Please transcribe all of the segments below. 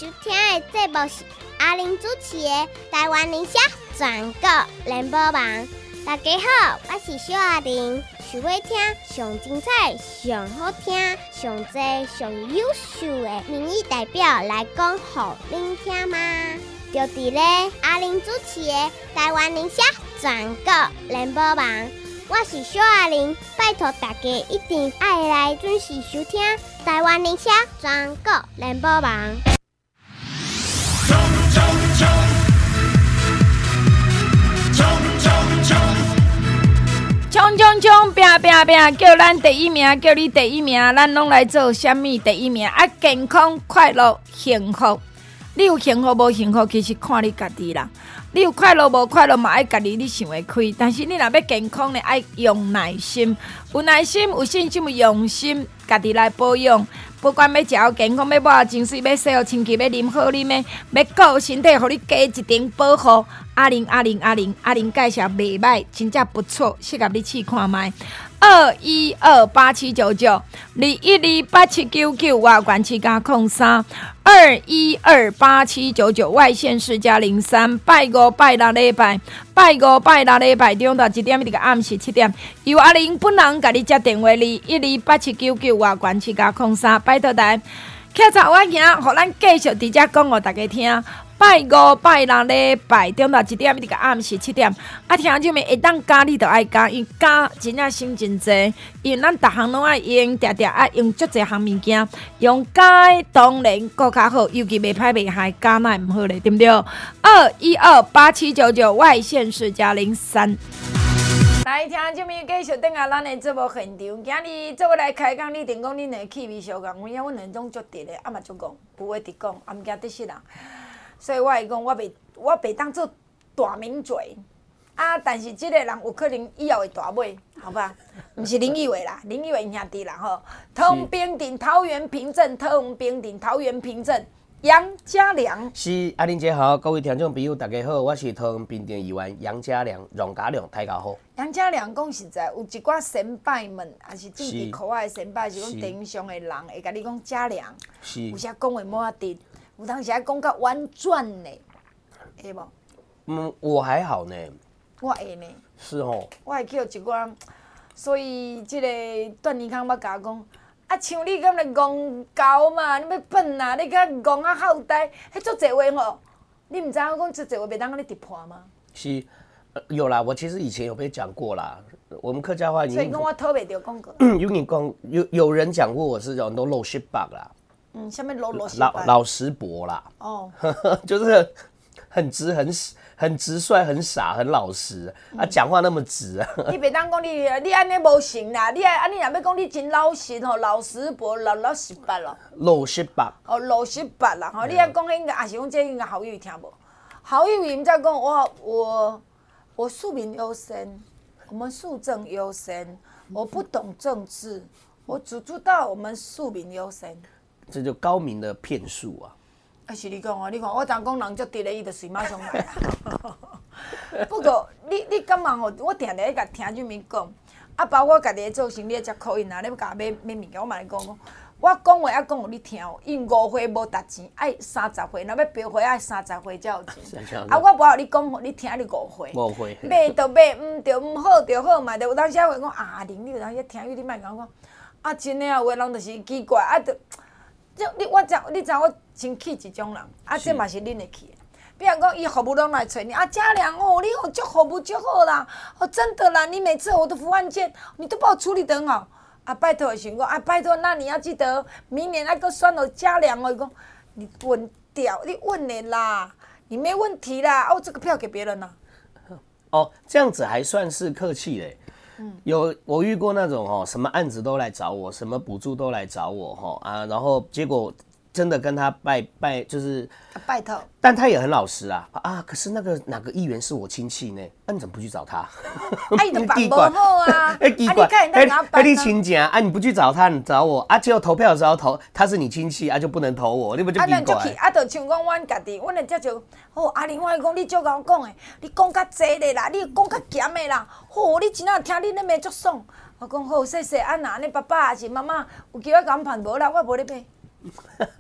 收听的节目是阿玲主持的《台湾宁夏全国联播网》。大家好，我是小阿玲。想要听上精彩、上好听、上多、上优秀的民意代表来讲给您听吗？就伫咧阿玲主持的《台湾宁夏全国联播网》。我是小阿玲，拜托大家一定要来准时收听台湾宁夏全国联播网。 冲，拼，叫咱第一名，叫你第一名，咱拢来做什么第一名？啊，健康、快乐、幸福。你有幸福无幸福，其实看你家己啦。你有快乐无快乐嘛，爱家己你想会开。但是你若要健康呢，爱用耐心，有耐心、有信心、有用心，家己来保养。不管要食好健康，要抹好清水，要洗好清气，要啉好啉的，要顾好身体，互你加一点保护。阿玲介绍袂歹，真正不错，适合你试看卖。212879921287799外管区加03 2128799外县市加03拜五拜六礼拜中到1点一直到暗时7点，由阿玲本人甲你接电话2128799外管区加03，拜托大家徛在我行，互咱继续伫遮讲互大家听。拜五拜六礼拜中到1点一直到暗时7点，啊，听众们会当加你就爱加，因加真正省真济，因为咱逐项拢爱用，定爱用足侪项物件，用加的当然更较好，尤其袂歹袂害，加哪会毋好咧，对不对？2128799外县市加03。来，听众们继续等下咱的节目现场，今日做伙来开讲，你定讲恁的气味相共，有影阮两种足直的，嘛足讲，有话直讲，毋惊得失人。所以我会讲，我袂当做大名嘴啊，但是即个人有可能以后会大尾，好吧？毋是林义伟啦，林义伟兄弟啦吼。桃园平镇，杨家良。 是阿玲姐好，各位听众朋友大家好，我是桃园平镇议员杨家良，杨家良，大家好。 杨家良讲实在，有一寡先辈们，也是政治口外的先辈，是讲电影上的人，会甲你讲家良，有时讲话无法直。有当时还讲较婉转呢，会无？ 我还好呢。 我会呢。 是哦。 我会叫一寡，所以即个段尼康捌甲我讲，啊，像你敢来戆交嘛？你要笨啊？你甲戆啊好呆，迄足侪话吼，你毋知影讲足侪话袂当甲你直破吗？ 是，有啦，我其实以前有被讲过啦。我们客家话， 所以讲我讨袂着讲过。 有人讲过我是讲都老实白啦。 下面老实伯啦， 哦， 就是很直率、很傻、很老实啊，讲话那么直啊。 你别当讲你安尼无行啦，你若要讲你真老实吼，老实伯老实白咯。 老实白。 哦，老实白啦吼，你要讲应该也是讲这应该好友听无？好友伊毋才讲我庶民优先，我们庶政优先，我不懂政治，我只知道我们庶民优先。 这就高明的骗术啊！ 是你讲啊，你看我昨讲人足直咧，伊就随马上来啊。不过你感觉吼，我定定咧甲听众们讲，啊，包括家己做生意接口音啊，你要甲买物件，我嘛来讲，我讲话还讲互你听哦。因5岁无值钱，爱30岁，若要标岁爱30岁才有钱。啊，我无互你讲，互你听你5岁。 5岁。 买就买，就好就好嘛。就有当时会讲啊，玲，你有当时听你莫讲啊，真诶啊，有诶人就是奇怪啊，就。你知我真气一种人，啊，这嘛是恁会气的。比如讲，伊服务拢来找你，啊，家良哦，你好足服务足好啦，哦，真的啦，你每次我的服务案件，你都帮我处理得很好。啊，拜托，想讲啊，拜托，那你要记得明年那个选我家良哦，伊讲你稳掉，你稳的啦，你没问题啦，哦，这个票给别人啦。 哦，这样子还算是客气嘞。我遇过那种什么案子都来找我，什么补助都来找我然后结果真的跟他拜就是拜托， 但他也很老实啊，可是那个哪个议员是我亲戚呢？你怎么不去找他？ 啊，伊就办不好啊！ 奇怪，你亲戚啊，你不去找他，你找我啊？结果投票的时候投他是你亲戚就不能投我，你不就奇怪？ 就像讲阮家己，阮的遮就阿玲，我讲你足甲我讲的，你讲较济咧啦，你讲较咸的啦，你真正听你咧骂足爽。我讲好，谢谢，若安尼爸爸还是妈妈有叫我甲阮办无啦，我无咧买。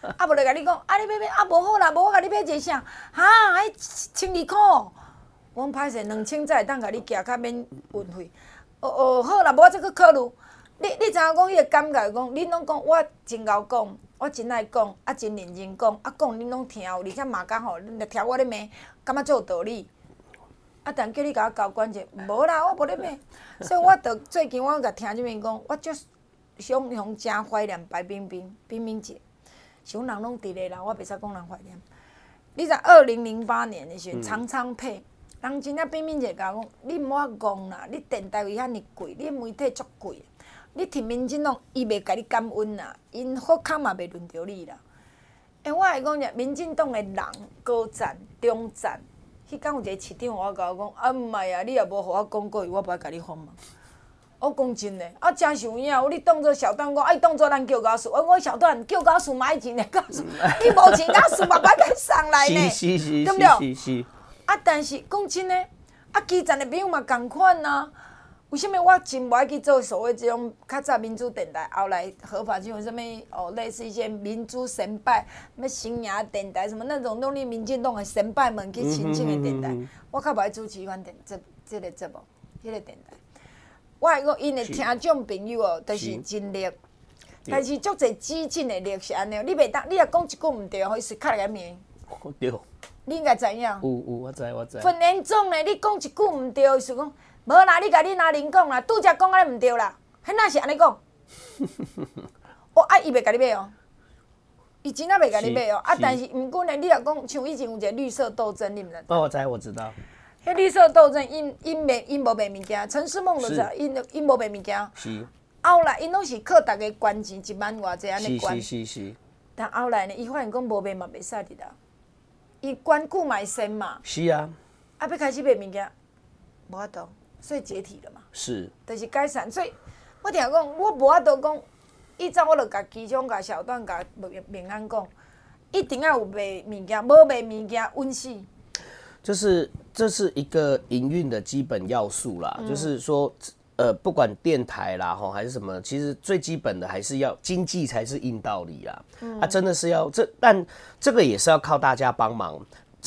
啊，无就甲你讲，啊，你要啊，无好啦，无我甲你买一个啥？哈，迄1200块，我讲歹势，2000才会当甲你寄，较免运费。好啦，无我再去考虑。你知影讲迄个感觉讲，恁拢讲我真贤讲，我真爱讲，啊真认真讲，啊讲恁拢听有，而且嘛讲吼，恁来听我咧骂，感觉最有道理。啊，但叫你甲我交关者，无啦，我无咧骂。所以我着最近我甲听即边讲，我足想真怀念白冰冰姐。想人拢伫咧啦，我袂使讲人怀念。你知2008年的时阵，常常配。人真正冰冰姐甲我讲，你毋好戆啦，你电台位遐尼贵，你媒体足贵。你听民进党，伊袂甲你感恩啦，因福康嘛袂轮到你啦。我会讲者，民进党的人高赞、中赞，迄天有一个市长我甲我讲，啊毋係啊，你也无互我讲过，我不爱甲你访问。我讲真诶，啊真受影，你当作小段讲，当作咱叫高数，我小段叫高数嘛爱钱诶高数，你无钱高数嘛不爱甲上来呢，对不对？是。啊，但是讲真诶，啊基层的朋友嘛共款啊。为什么我真无爱去做所谓这种较早民主电台，后来合法就有什么类似一些民主神拜，什么新雅电台什么那种拢你民进党的神拜们去申请的电台，我较无爱主持迄款这个节目，迄个电台。我会讲因的听众朋友哦，都是真热，但是足侪激进的热是安尼，你袂当，你若讲一句毋对，互伊随卡来个面。 对。 你应该知影。 有，我知。 很严重的，你讲一句毋对，是讲。无啦，你甲你阿玲讲啦，拄则讲安尼毋对啦，迄哪是安尼讲？伊袂甲你买哦，伊真正袂甲你买哦。啊，但是毋过呢，你若讲像以前有一个绿色斗争，你毋知？ 我知道。 迄绿色斗争，因无卖物件，陈世梦就知，因无卖物件。 是。 后来因拢是靠逐个捐钱1万偌济安尼捐。 是。 但后来呢，伊发现讲无卖嘛袂使伫啦，伊捐久嘛会先嘛。 是啊。 啊，要开始卖物件，无法度。所以解体了嘛， 是， 就是解散。所以我听讲，我无法度讲，以前我就甲其中甲小段甲明安讲，一定要有卖物件，无卖物件稳死。 这是一个营运的基本要素啦，就是说，不管电台啦还是什么，其实最基本的还是要经济才是硬道理啦。真的是要但这个也是要靠大家帮忙。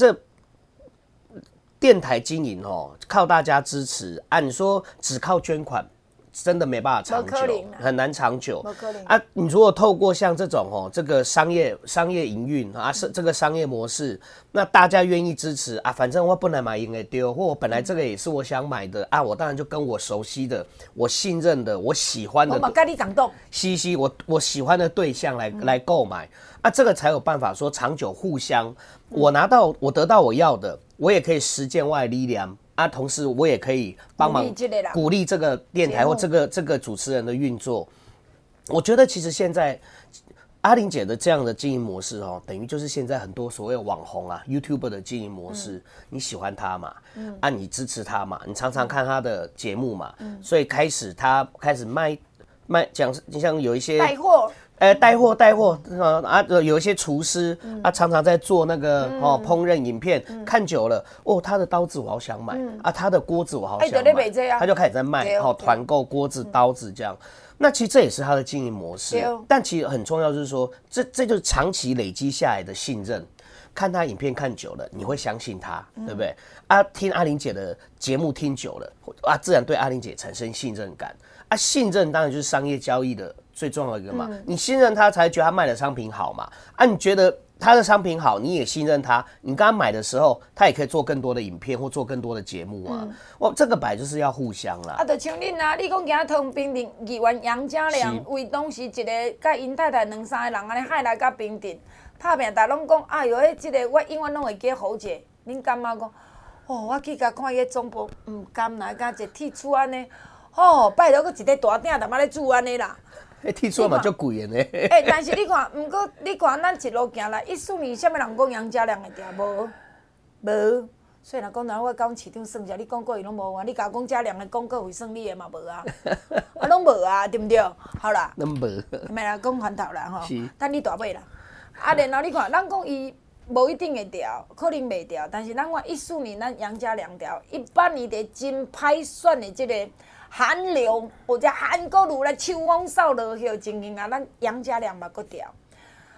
电台经营靠大家支持，你说只靠捐款，真的没办法长久，很难长久。你如果透过像这种这个商业营运这个商业模式，那大家愿意支持反正我本来买赢会丢，或我本来这个也是我想买的我当然就跟我熟悉的、我信任的、我喜欢的， 我嘛跟你讲动， 我喜欢的对象来购买这个才有办法说长久互相，我得到我要的。我也可以实践我的力量同时我也可以帮忙鼓励这个电台或这个主持人的运作。我觉得其实现在阿玲姐的这样的经营模式等于就是现在很多所谓网红YouTuber 的经营模式，你喜欢他嘛，你支持他嘛，你常常看他的节目嘛，所以他开始卖讲，像有一些带货。 带货有一些厨师常常在做那个烹饪影片，看久了他的刀子我好想买他的锅子我好想买，他就开始在卖团购锅子刀子这样。那其实这也是他的经营模式，但其实很重要就是说，这就是长期累积下来的信任。看他影片看久了，你会相信他，对不对？听阿玲姐的节目听久了自然对阿玲姐产生信任感信任当然就是商业交易的最重要的一个嘛，你信任他才觉得他卖的商品好嘛你觉得他的商品好，你也信任他，你跟他买的时候，他也可以做更多的影片或做更多的节目这个本来就是要互相啦。 就像恁你讲今仔桃园平镇议员杨家良，为当时一个甲因太太2、3个人安尼害来到平镇，拍拼大拢讲哟，即个我永远拢会记好者。恁感觉讲，我去甲看伊个总部，毋甘啦，甲一个铁厝安尼。拜托，佫一个大鼎，淡仔咧煮安尼啦。 铁厝嘛足贵的呢。 但是你看，毋过你看咱一路行来，14年，啥物人讲杨家良会定无？所以若讲我甲阮市长算者，你广告费拢无你甲讲家良的广告费算你的嘛无拢无对毋对？好啦， 拢无。 咪啦，讲翻头啦等你大尾啦。然后你看，咱讲伊。无一定会调，可能袂调，但是咱看14年，咱杨家良调，18年的真歹选的这个韩流，或者韩国如来秋风扫落叶情形咱杨家良嘛搁调，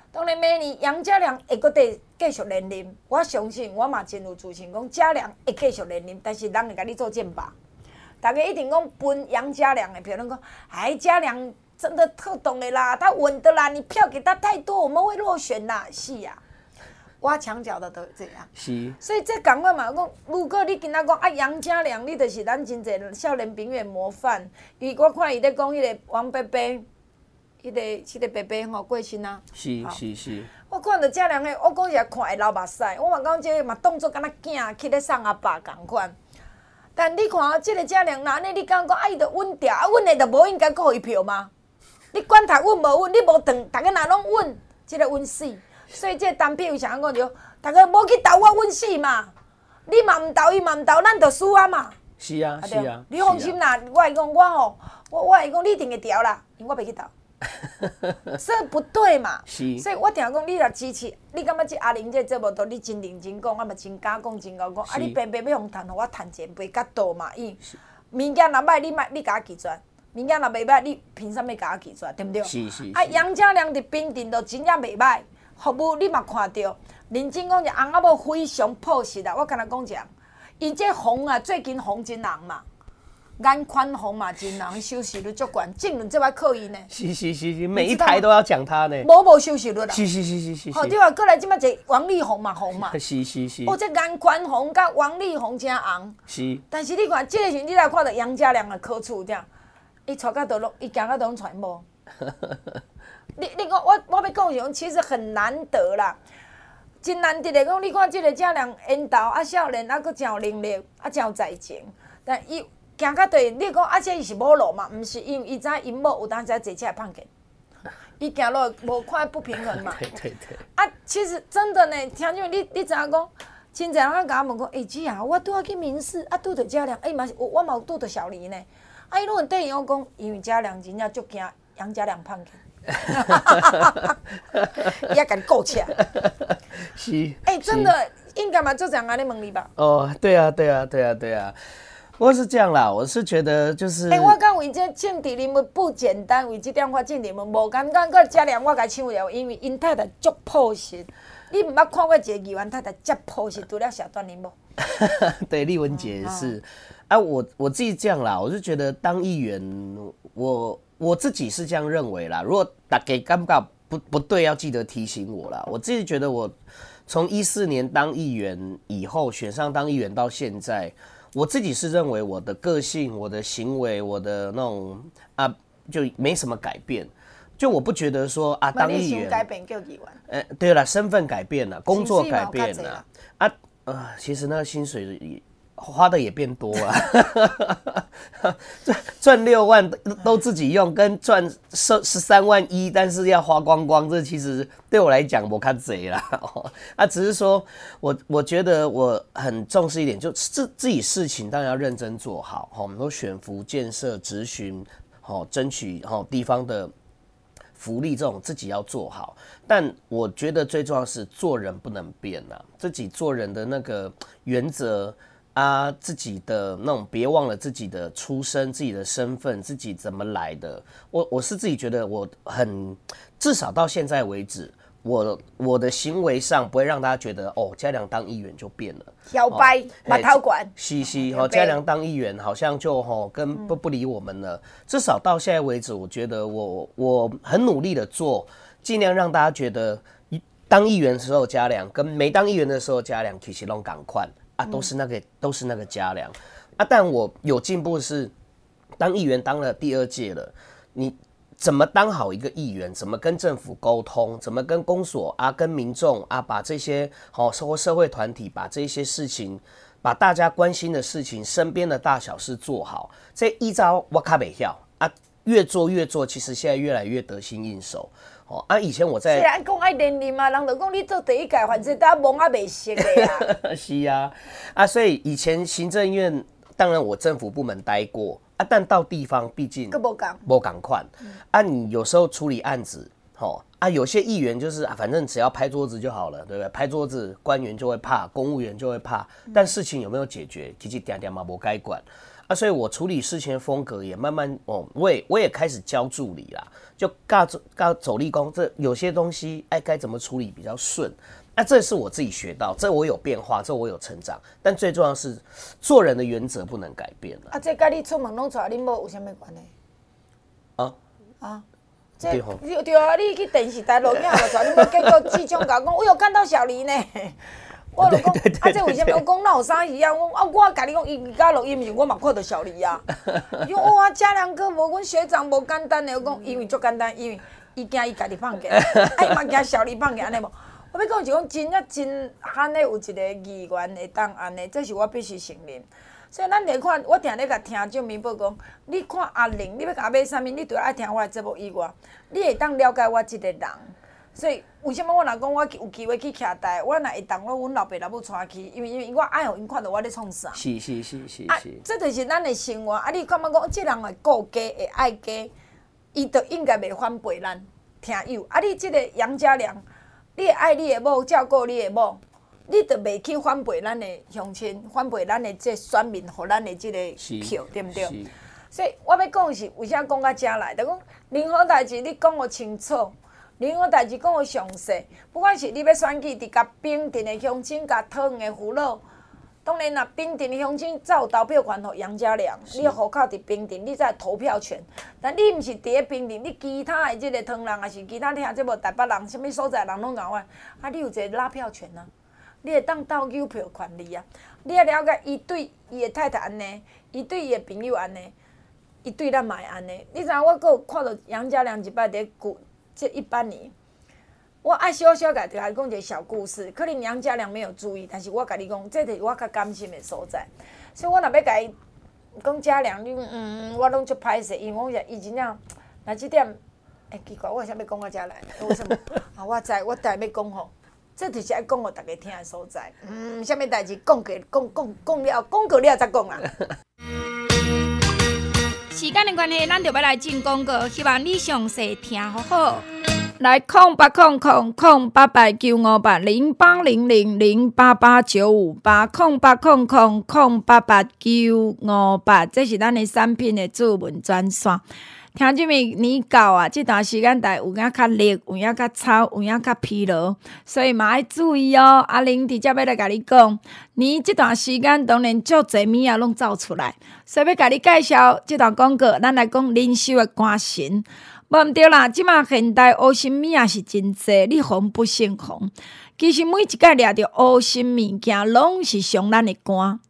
当然明年杨家良会搁继续连任，我相信我嘛真有自信，讲家良会继续连任，但是人会甲你做剑拔。大家一定讲分杨家良的票，人讲，哎，家良真的特懂的啦，他稳的啦，你票给他太多，我们会落选啦，是啊。挖墙脚的都这样， 是， 所以这讲话嘛，讲如果你今仔讲啊杨家良，你就是咱真侪少年朋友模范。我看伊咧讲迄个王伯伯，迄个伯伯吼过身啊。 是。 我看到家良的，我讲实看会流目屎，我嘛讲这个嘛当作敢若囝去咧送阿爸共款。但你看这个家良，那安尼你敢讲啊伊着稳调，啊稳的就无应该互伊票吗？你管他稳无稳，你无当大家若拢稳，这个稳死。所以这单票为啥讲着？大家无去投我稳死嘛？你嘛毋投，伊嘛毋投，咱着输啊嘛。 是啊。 你放心啦，我会讲我会讲你一定会调啦，因为我袂去投。所以不对嘛。 是。 所以我定讲你若支持，你感觉这阿玲这节目都你真认真讲，我嘛真敢讲真够讲。啊，你偏偏要互趁，互我趁钱袂较多嘛？伊物件若歹，你甲我拒绝；物件若袂歹，你凭啥物甲我拒绝？对不对？ 是。 啊，杨家良伫bình定都真正袂歹。服务你嘛看到，认真讲，一翁仔某非常朴实啦。我敢若讲一下，伊这红啊，最近红真红嘛，眼宽红嘛真红，收视率足悬，政论这摆靠伊呢。 是，每一台都要讲他呢。 无收视率啦。 是。 好，对啊，过来即摆一王力宏嘛红嘛。 是。 哦，这眼宽红甲王力宏真红。 是。 但是你看，这个时你来看到杨家良的可处点，伊带到都拢，伊行到都拢传无。你讲我要讲是其实很难得啦，真难得的讲。你看这个家良缘投啊，少年啊，佫真有能力啊，真有才情。但伊行到对，你讲啊，这伊是某路嘛？毋是，因为伊知因某有当时坐车来碰见，伊行路无看不平衡嘛。 对。 啊，其实真的呢，听众你知影讲，真侪人甲我问讲，姊啊，我拄仔去民视啊，拄着家良，嘛是我嘛有拄着小黎呢。啊，伊拢对伊讲，因为家良真正足惊杨家良碰见。伊也甲你顾起来， 是。 真的应该嘛，就这样安尼问你吧。 哦，对啊。我是这样啦，我是觉得就是。 我讲为这政治人物不简单，为这点我政治人物无简单。个家良我甲抢了，因为因太太足朴实。你毋捌看过一个议员太太遮朴实，除了小段人无？ 对，丽文姐是。啊，我自己这样啦，我是觉得当议员，我自己是这样认为啦。如果大家感觉不对，要记得提醒我啦。我自己觉得我从14年当议员以后，选上当议员到现在，我自己是认为我的个性、我的行为、我的那种就没什么改变。就我不觉得说当议员改变叫议员。 对啦，身份改变了，工作改变了其实那个薪水花的也变多了，赚6万都自己用，跟赚13万1，但是要花光光，这其实对我来讲我看贼啦。只是说我觉得我很重视一点，就自己事情当然要认真做好，我们说选服、建设、质询，争取地方的福利，这种自己要做好。但我觉得最重要的是做人不能变啊，自己做人的那个原则自己的那种，别忘了自己的出身、自己的身份、自己怎么来的。我是自己觉得我至少到现在为止，我的行为上不会让大家觉得嘉良当议员就变了， 摇摆马头管， 是嘉良当议员好像就不理我们了。至少到现在为止，我觉得我很努力的做，尽量让大家觉得当议员的时候嘉良跟没当议员的时候嘉良其实都同款都是那个嘉良但我有进步是，当议员当了第2届了，你怎么当好一个议员？怎么跟政府沟通？怎么跟公所跟民众把这些社会团体把这些事情，把大家关心的事情，身边的大小事做好？这一招我卡袂晓越做，其实现在越来越得心应手。以前我在是啊，讲爱连任嘛，人就讲你做第1届，反正大家懵未熟的啊。 是啊，所以以前行政院，当然我政府部门待过但到地方毕竟没同款你有时候处理案子有些议员就是反正只要拍桌子就好了，对不对？拍桌子，官员就会怕，公务员就会怕，但事情有没有解决，其实点点嘛没该管啊，所以我处理事情的风格也慢慢我也开始教助理啦，就教走力工，这有些东西该怎么处理比较顺。那这是我自己学到，这我有变化，这我有成长，但最重要是做人的原则不能改变了。 这跟你出门拢带恁某有啥物关系？这对啊，你去电视台录影，我带恁某，结果记者甲我讲，我有看到小黎呢。我就讲，这为什么？我讲那有啥一样？我甲你讲，伊甲录音时，我嘛看到小黎啊。伊讲哇，嘉良哥无阮学长无简单的，我讲因为足简单，因为伊惊伊家己放假，伊嘛惊小黎放假安尼无。我要讲是讲真罕的有一个议员会当安尼，这是我必须承认。所以咱来看，我定咧甲听众民报讲，你看阿玲，你要甲我买啥物，你除了爱听我的节目以外，你会当了解我即个人。所以为什么我若讲我有机会去徛台，我若会当阮老爸老母带去，因为我爱互因看到我咧创啥。 是。 这就是咱的生活。你感觉讲，这人会顾家，会爱家，伊就应该袂反背咱听友。你这个杨家良。你会爱你的某，照顾你的某，你就袂去反背咱的乡亲，反背咱的这选民，互咱的这个票，对不对？所以我要讲的是，为啥讲到这来？就讲任何代志你讲个清楚，任何代志讲个详细。不管是你要选举，伫甲平镇的乡亲、甲桃园的父老，当然啦，平镇的乡亲才有投票权互杨家良。你户口伫平镇，你才有投票权。但你毋是伫咧平镇，你其他的即个糖人，还是其他听节目台北人，啥物所在人拢共款，你有一个拉票权啊，你会当倒邮票权利啊。你要了解伊对伊的太太安尼，伊对伊的朋友安尼，伊对咱嘛会安尼。你知影我阁有看到杨家良一摆伫这100年。我爱小甲甲讲一个小故事，可能杨家良没有注意，但是我甲你讲，这就是我较甘心的所在。所以我若要甲伊讲家良，你我拢足歹势，因为我伊真正，那即点，奇怪，我为啥要讲到遮来？为什么？我知，我等下要讲吼，这就是爱讲互大家听的所在。啥物代志讲过了再讲啦。时间的关系，咱就要来进广告，希望你详细听好好。来0800-088-958-088-958，这是咱的产品的主文专线。听这物年到啊，这段时间有影较热，有影较臭，有影较疲劳，所以嘛要注意哦。阿玲直接要来甲你讲，年这段时间当然足侪物啊拢走出来，所以要甲你介绍这段广告，咱来讲人寿的歌神。无毋对啦，即马现代乌心物啊是真济，你防不胜防。其实每一摆掠着乌心物件，拢是伤咱的肝，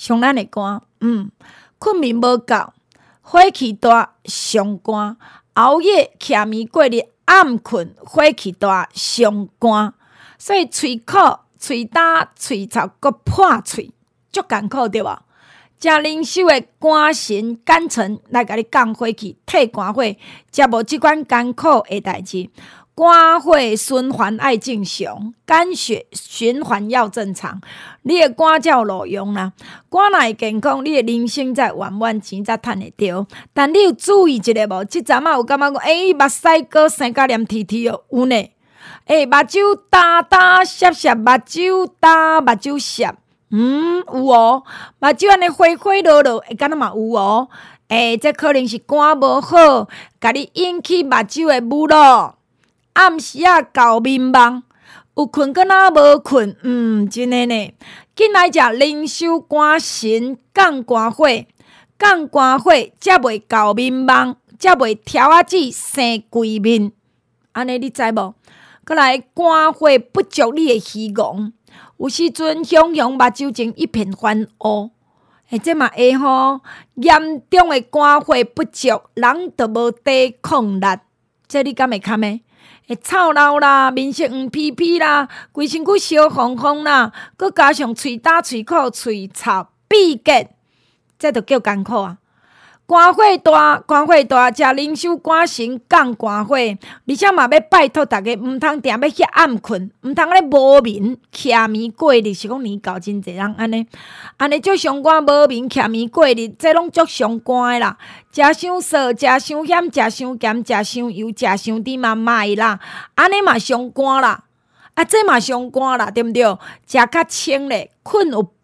困眠无够，火气大，伤肝；熬夜、徛眠过日、暗困，火气大，伤肝。所以喙苦、喙焦、喙臭，搁破喙，足艰苦对无？食人寿的肝神甘醇来甲你降火气、退肝火，才无即款艰苦的代志。肝火循环爱正常，肝血循环要正常，你的肝才有路用啦。肝若会健康，你的人生才圆满，钱才趁会着。但你有注意一下无？即阵仔有感觉讲，目屎哥生甲黏贴贴哦，有呢。目睭焦焦涩涩，目睭焦，目睭涩。有哦，目睭安尼花花落落，敢若嘛有哦。这可能是肝无好，甲你引起目睭的污落。暗时啊，搞面梦，有困敢若无困，真的呢。紧来食人寿肝神降肝火，降肝火才袂搞面梦，才袂条仔子生规面。安尼你知无？过来肝火不足你的虚戆。有时阵熊目睭前一片翻乌，这嘛会吼，严重的肝火不足，人就无抵抗力。这你敢会堪的？会臭老啦，面色黄皮皮啦，规身躯烧红红啦，佮加上喙焦、喙苦、喙臭、闭结，这就叫艰苦啊！肝火大，食人寿肝神降肝火，而且嘛要拜托大家，毋通定要遐暗困，毋通咧无眠徛眠过日，是讲年到真侪人安尼足伤肝无眠徛眠过日，这拢足伤肝的啦。食伤素，食伤咸，食伤咸，食伤油，食伤甜嘛歹啦，安尼嘛伤肝啦。这嘛伤肝啦，对毋对？食较清咧，困有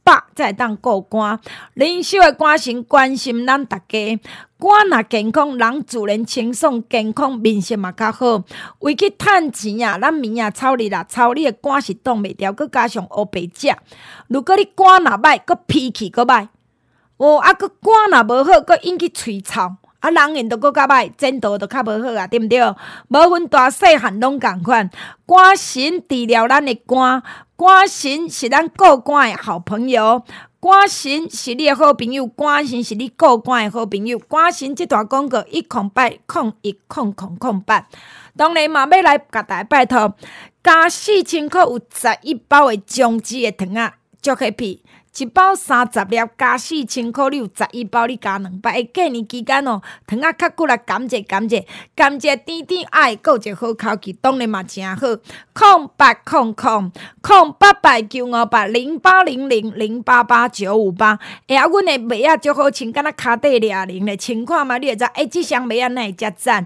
饱才会当过肝。灵修的肝神关心咱大家，肝若健康，人自然清爽健康，面色嘛较好。为去趁钱啊，咱面啊臭日啊臭，你的肝是挡袂牢，佮加上黑白食。如果你肝若歹，佮脾气佮歹，佮肝若无好，佮引起喙臭。人缘都搁较歹，前途都较无好啊，对毋对？无分大细汉拢共款。肝神治疗咱的肝，肝神是咱顾肝的好朋友，肝神是你的好朋友，肝神是你顾肝的好朋友。肝神这段广告108010008，当然嘛要来甲大家拜托，加4000块有11包的姜汁的糖仔，足 happy。一包30粒，加4000块，你有11包，你加2包。过年期间糖仔较久来，感谢甜甜爱，还有一个好口气，当然嘛真好。0800-958-0800-0888-958。阮的麦仔足好穿，敢若骹底掠零咧，穿看嘛，你会知。这双麦仔哪会遮赞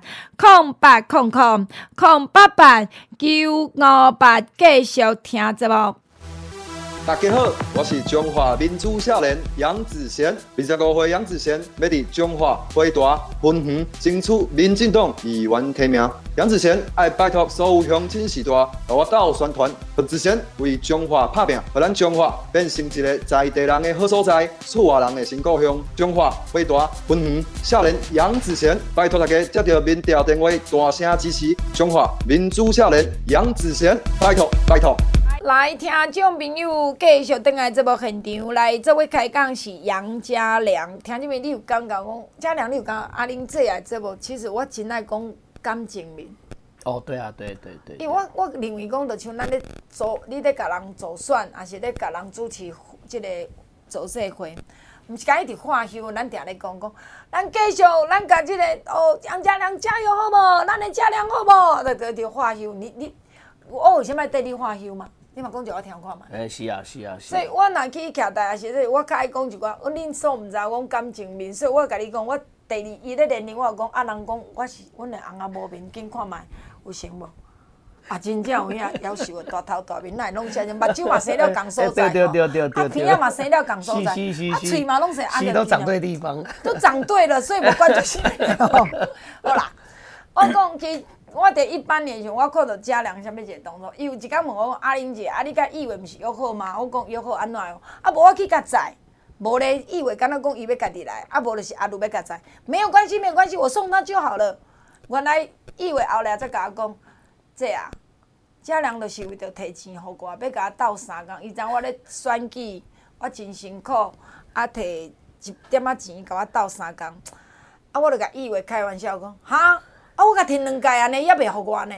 ？0800-958，继续听节目。 大家好，我是中华民主少年杨子贤，25岁杨子贤要伫中华回大分园争取民进党议员提名。杨子贤爱拜托所有乡亲时代，和我斗宣传，杨子贤为中华打拼，让咱中华变成一个在地人的好所在，厝外人的新故乡。中华回大分园少年杨子贤，拜托大家接到民调电话，大声支持中华民主少年杨子贤，拜托拜托。 来，听众朋友继续登来节目现场来，这位开讲是杨家良。听这边你有感觉讲，家良你有感觉阿玲这来节目，其实我真爱讲感情面。 对啊，对。 因为我认为讲，就像咱咧做，你咧甲人做选，还是咧甲人主持即个造势会，毋是讲一直话休，咱定咧讲，咱继续，咱甲即个杨家良加油好无？咱的家良好无？就着话休，我为什么缀你话休嘛？你嘛讲一我听看嘛。 是啊。 所以我若去徛台，是我较爱讲一寡，恁所毋知讲感情面，所以我甲你讲，我第二伊咧年龄，我讲人讲我是阮的翁仔无面，紧看卖有成无？真正有影夭寿的大头大面，哪会拢像目睭嘛生了共所在， 对， 鼻仔嘛生了共所在，喙嘛拢生都长对地方， 都长对了，所以无关就是好啦，我讲其。我伫1班年时，我看到嘉良啥物一个动作，伊有一工问我讲阿玲姐，你甲议员毋是约好吗？我讲约好安怎样？无我去甲载，无咧议员敢若讲伊要家己来，无就是阿鲁要甲载，没有关系，我送他就好了。原来议员后来才甲我讲，嘉良就是为着摕钱互我，要甲我斗3工。伊知我咧选举，我真辛苦，摕1点仔钱甲我斗3工。我就甲议员开玩笑讲，哈。我甲听2届安尼，也袂互我呢。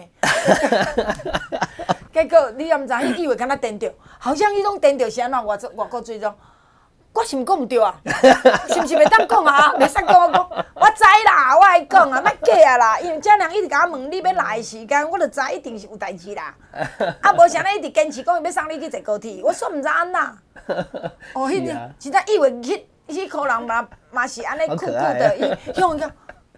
结果你也毋知，伊以为敢若颠着，好像迄种颠着是安怎？外国最终，我是毋讲毋对啊？是毋是袂当讲啊？袂使讲我讲，我知啦，我爱讲啊，莫假啊啦。因为这人一直甲我问你要来的时间，我就知一定是有代志啦。无啥咧一直坚持讲伊要送你去坐高铁，我煞毋知安那。迄个真正以为迄可人嘛是安尼酷酷的，伊向讲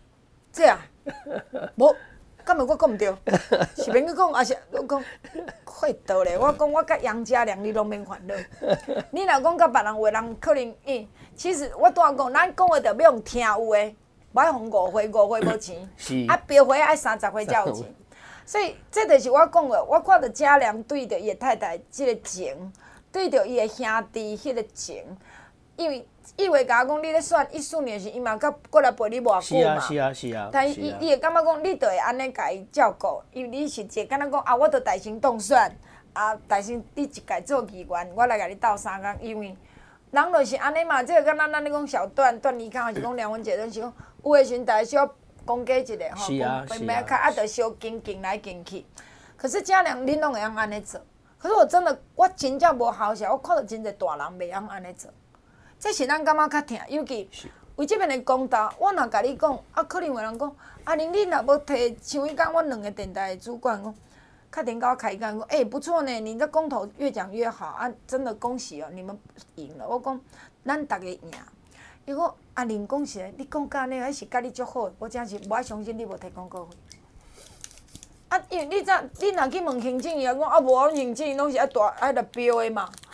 无，敢问我讲毋对？是免去讲，还是我讲快倒咧？我讲我甲杨家良，你拢免烦恼。你若讲甲别人话，人可能其实我拄仔讲，咱讲话着要用听有诶，无爱用误会无钱。是。标回爱30回才有钱。所以这就是我讲诶，我看到家良对着伊诶太太即个情，对着伊诶兄弟迄个情，因为。伊会甲我讲，你咧选14年时，伊嘛搁过来陪你偌久嘛。是啊。但伊会感觉讲，你着会安尼甲伊照顾，因为你是一个敢若讲我着大声当选，大声你一届做议员，我来甲你斗3工，因为人就是安尼嘛。这个敢若咱咧讲小段离开，还是讲梁文杰，咱是讲有诶时阵，大家小攻击一下吼，讲袂较着小敬来敬去。可是家良恁拢会晓安尼做，可是我真正无好笑，我看到真侪大人袂晓安尼做。这是咱感觉较疼，尤其为这边的公道，我若甲你讲，可能有人讲，玲你若无摕像迄讲，阮2个电台的主管讲，较点甲我开讲，不错呢，你这公投越讲越好真的恭喜哦，你们赢了。我讲，咱大家赢。伊讲玲讲实，你讲甲安尼，迄是甲你足好，我真是无爱相信你无摕广告费。因为你若去问行政，伊讲无行政，拢是爱来标的嘛。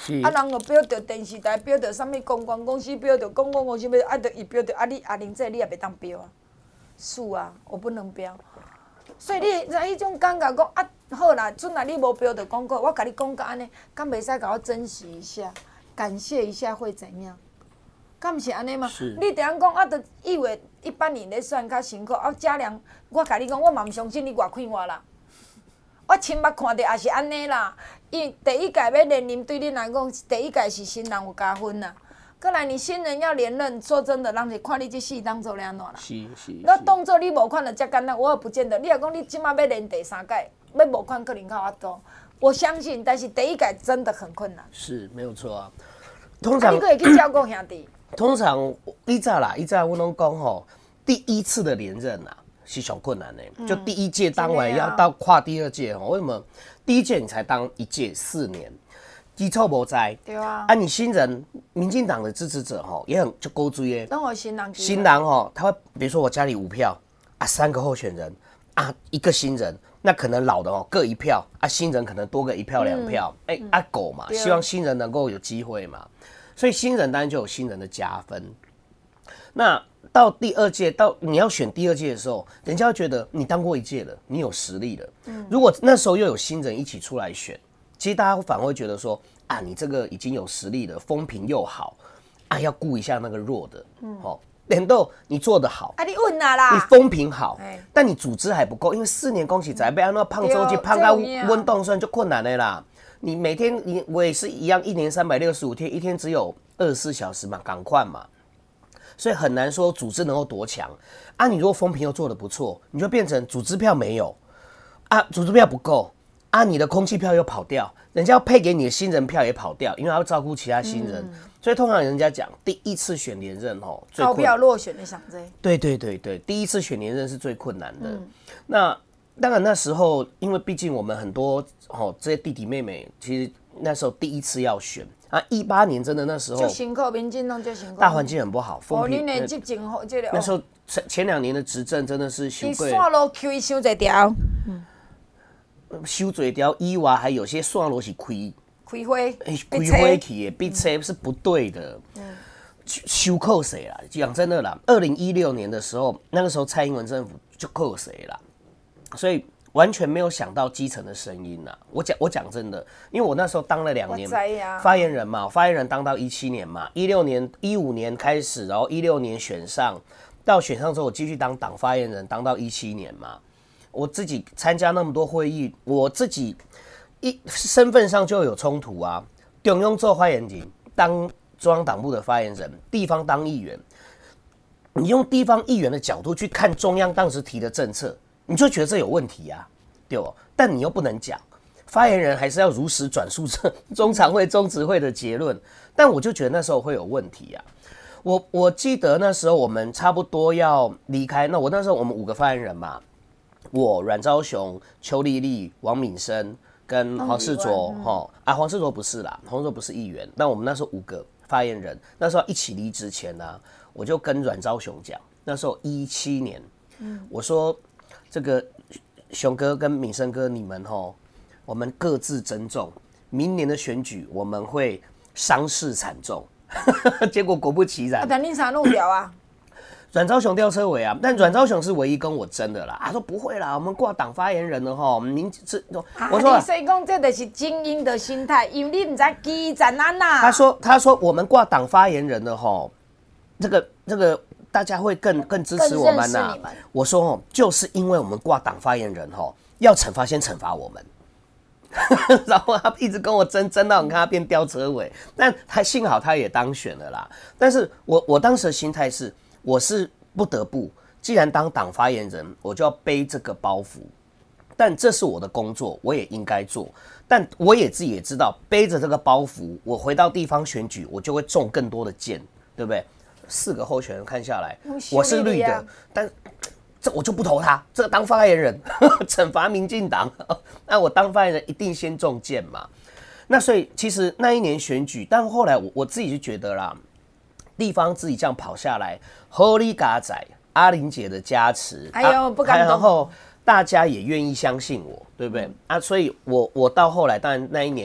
啊，人就标着电视台，标着啥物公关公司，标着公关公司要啊，着伊标着啊，你阿玲这你也袂当标啊，是啊，我不能标。所以你迄种感觉讲啊，好啦，阵来你无标着广告，我甲你讲甲安尼，敢袂使甲我珍惜一下，感谢一下会怎样？敢毋是安尼吗？你定讲啊，着以为一般人咧算较辛苦，啊，嘉良，我甲你讲，我嘛毋相信你偌快活啦。我亲目看着也是安尼啦。伊第一届要连任，对恁来讲，第一届是新人有加分啦。过来你新人要连任，说真的，人是看你这戏当做咧安怎啦。 是。 那当做你无看就遮简单，我也不见得。你若讲你即马要连第3届，要无看可能较法度。我相信，但是第一届真的很困难。 是没有错啊。通常你可以去照顾兄弟。 通常以前我拢讲吼，第一次的连任啊是上困难的，就第一届当完要到跨第2届吼，为什么？第一届你才当1届4年，基础无在。 对啊。 啊，你新人，民进党的支持者吼也很就勾追耶。 等我新人。 新人吼，他会比如说我家里5票啊，3个候选人啊，1个新人，那可能老的哦各1票啊，新人可能多个1票2票，狗嘛，希望新人能够有机会嘛。所以新人当然就有新人的加分。那到第2届，到你要选第2届的时候，人家会觉得你当过1届了，你有实力了。如果那时候又有新人一起出来选，其实大家反而会觉得说啊，你这个已经有实力了，风评又好啊，要顾一下那个弱的。连豆你做得好， 啊，你稳啦， 你风评好，但你组织还不够，因为4年恭喜仔被安那胖周期胖到温动算就困难的啦。你每天我也是一样，1年365天，一天只有24小时嘛，赶快嘛，所以很难说组织能够多强啊。你如果风评又做得不错，你就变成组织票没有啊，组织票不够啊，你的空气票又跑掉，人家要配给你的新人票也跑掉，因为他要照顾其他新人，所以通常人家讲第一次选连任吼， 高票落选的想这。 对，第一次选连任是最困难的。那当然那时候，因为毕竟我们很多这些弟弟妹妹，其实那时候第一次要选啊，18年真的那时候就辛苦，民进党就辛苦， 大环境很不好，风评那执政好这个那时候前2年的执政真的是修过， 线路开修一条， 修嘴条以外，还有些线路是开花去的，逼车是不对的。修扣谁啦？讲真的啦，2016年的时候，那个时候蔡英文政府就扣谁啦，所以完全没有想到基层的声音啦。我讲真的，因为我那时候当了2年发言人嘛，发言人当到17年嘛，16年、15年开始，然后16年选上，到选上之后我继续当党发言人，当到17年嘛。我自己参加那么多会议，我自己身份上就有冲突啊。中央做发言人，当中央党部的发言人，地方当议员，你用地方议员的角度去看中央当时提的政策，你就觉得这有问题啊，对不？但你又不能讲，发言人还是要如实转述中常会、中执会的结论。但我就觉得那时候会有问题啊。我记得那时候我们差不多要离开，那我那时候我们5个发言人嘛。我阮昭雄、邱丽丽、王敏生跟黄世卓，黄世卓不是啦，黄世卓不是议员。但我们那时候5个发言人，那时候一起离职前呢，我就跟阮昭雄讲，那时候17年，我说这个雄哥跟敏生哥，你们我们各自珍重，明年的选举我们会伤势惨重。结果果不其然， 但你啥弄掉啊？ 阮昭雄吊车尾啊，但阮昭雄是唯一跟我争的啦。他说不会啦，我们挂党发言人了哈。我说， 所以讲这就是精英的心态，因为你唔知基层安呐。 他说我们挂党发言人的哈，这个大家会更支持我们呐。我说就是因为我们挂党发言人要惩罚先惩罚我们。然后他一直跟我争到你看他变吊车尾，但他幸好他也当选了啦。但是我当时的心态是。我是不得不，既然当党发言人，我就要背这个包袱。但这是我的工作，我也应该做。但我也自己也知道，背着这个包袱，我回到地方选举，我就会中更多的箭，对不对？4个候选人看下来，我是绿的，但这我就不投他。这个当发言人，惩罚民进党，那我当发言人一定先中箭嘛。那所以其实那一年选举，但后来我自己就觉得啦。地方自己这样跑下来 ，Holy 嘎仔阿玲姐的加持， 不敢动。 然后大家也愿意相信我，对不对？所以我到后来，当然那一年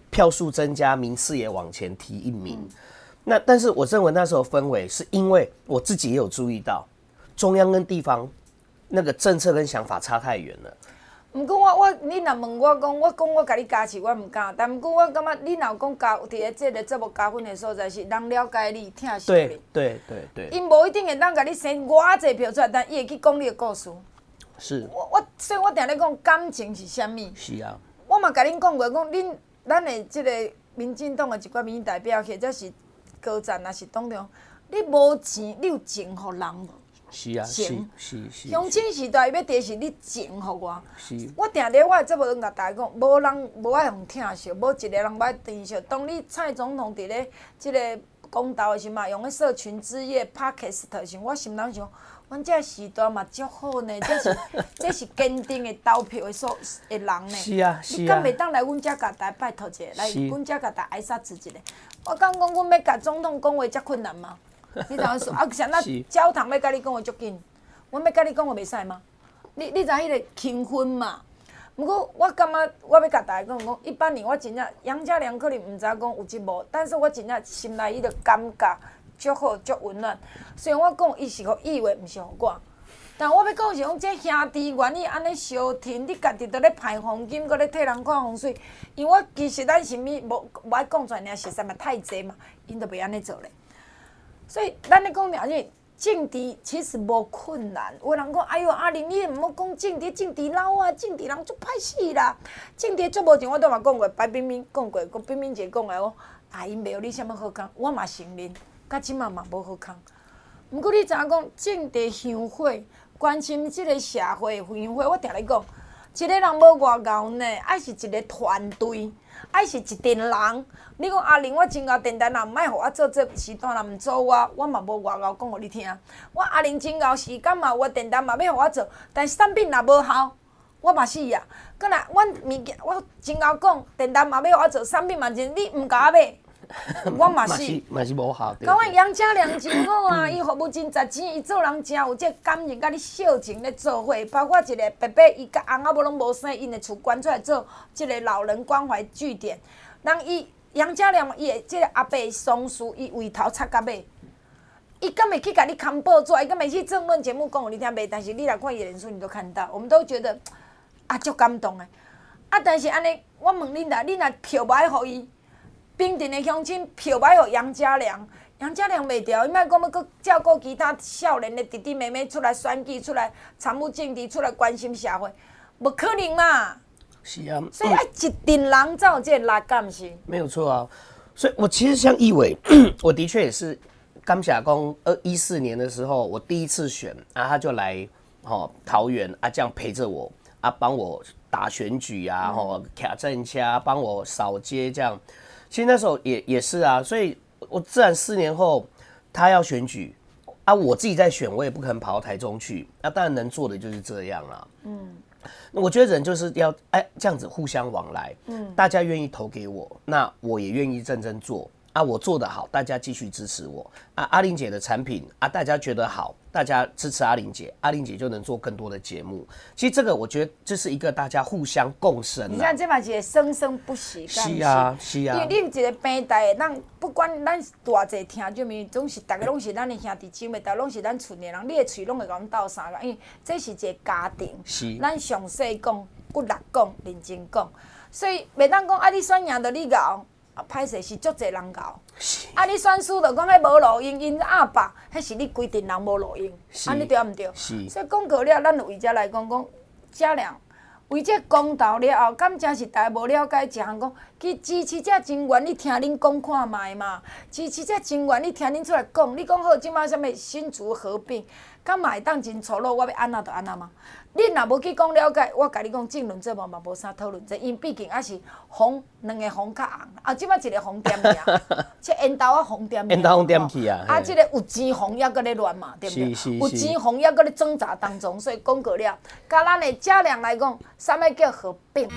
票数增加，名次也往前提1名。那但是我认为那时候氛围是因为我自己也有注意到，中央跟地方那个政策跟想法差太远了。 毋过你若问我讲，我甲你加持，我毋敢。但毋过我感觉你若讲加伫咧这个节目加分的所在是人了解你、疼惜你。 对。 因无一定会当甲你生偌济票出来，但伊会去讲你的故事。 是。 所以我定咧讲感情是啥物？ 是啊。 我嘛甲恁讲过，讲咱的即个民进党的一寡民意代表，或者是高层，也是党中，你无钱，你有情互人无？ 是啊，是。 乡亲时代要第是你情互我。 是。我定咧我的节目中甲大家讲，无人无爱互疼惜，无一个人无爱珍惜。当你蔡总统伫咧即个公道的时嘛，用咧社群之夜 Podcast 的时，我心内想，阮这时代嘛足好呢，这是坚定的投票的人呢。 是啊。 你敢袂当来阮遮甲大家拜托一下，来阮遮甲大家挨杀子一下？我敢讲，阮要甲总统讲话遮困难吗？你知影说啊，像咱焦糖要甲你讲话足紧，阮要甲你讲话袂使吗？你知迄个轻分嘛？毋过我感觉我要甲大家讲，一般年我真正杨家良可能毋知讲有即无，但是我真正心内伊个感觉足好足温暖。虽然我讲伊是互意外，毋是互我，但我要讲是讲这兄弟愿意安尼相挺，你家己伫咧派黄金，搁咧替人看风水。因为我其实咱啥物无爱讲出来，实在嘛太济嘛，因就袂安尼做咧。所以，咱咧讲了解政治其实无困难。有人讲，哎哟，阿玲你毋好讲政治，政治老啊，政治人足歹死啦。政治足无钱，我都嘛讲过，白冰冰讲过，佮冰冰姐讲的哦，啊，因袂有你啥物好康，我嘛承认，到即嘛无好康。毋过你知影讲政治香火，关心即个社会香火，我定咧讲，一个人无偌敖呢，爱是一个团队。爱是一群人，你讲阿玲，我真敖电台人，毋爱互我做这时段，人毋做我嘛无外敖讲互你听。我阿玲真敖时间嘛，我电台嘛要互我做，但产品若无效，我嘛死啊！搁若阮物件，我真敖讲，电台嘛要互我做，产品嘛真，你毋甲我买，我嘛死。 嘛是无效。 讲我杨家良真好啊，伊服务真值钱，伊做人真有这感情，甲你孝情咧做伙，包括一个伯伯，伊甲翁仔某拢无生，因的厝捐出来做即个老人关怀据点。人伊杨家良伊的即个阿伯松树，伊为头插到尾，伊敢会去甲你扛报纸，伊敢会去政论节目讲互你听袂？但是你来看伊的脸书，你都看到，我们都觉得啊，足感动的。啊，但是安尼，我问恁啦，你若票无爱互伊？平镇的乡亲票买予杨家良，杨家良袂调，伊莫讲要搁照顾其他少年的弟弟妹妹出来选举，出来参与政治，出来关心社会，无可能嘛。 是啊。 所以爱一群人才有这个力感是。 没有错啊，所以我其实像立委，我的确也是感谢讲2014年的时候，我第一次选啊，他就来桃园啊，这样陪着我啊，帮我打选举啊，卡阵车，帮我扫街这样。其实那时候也是啊，所以我自然4年后他要选举啊，我自己在选，我也不可能跑到台中去。那当然能做的就是这样啦。我觉得人就是要这样子互相往来，大家愿意投给我，那我也愿意认真做啊，我做得好，大家继续支持我啊。阿玲姐的产品啊，大家觉得好，大家支持阿玲姐，阿玲姐就能做更多的节目。其实这个我觉得这是一个大家互相共生。 你看这嘛是个生生不息， 是啊是啊。 因为你一个平台，咱不管咱偌济听众面，总是大家拢是咱的兄弟姐妹，大家拢是咱厝的人，你的喙拢会甲阮斗相共，因为这是一个家庭。 是。 咱详细讲、骨力讲、认真讲，所以袂当讲啊，你选赢就你熬。歹势是足侪人搞，啊！你选输就讲迄无路用，因阿爸，迄是你规定人无路用，安尼对毋对？所以讲过了，咱就为遮来讲家良，为这公道了后，敢真是大家无了解一项讲，其支持者真愿意听恁讲看卖嘛，支持者真愿意听恁出来讲。你讲好，即摆啥物新竹合并，敢嘛会当真错落，我要安那就安那嘛。你若无去讲了解，我甲你讲政论节目嘛无啥讨论这，因毕竟还是红两个红较红，啊，即摆一个红点尔，这烟头啊红点， 烟头红点去啊， 啊，这个有钱红也搁咧乱嘛，对不对？有钱红也搁咧挣扎当中，所以讲过了，甲咱的家良来讲，啥物叫合并？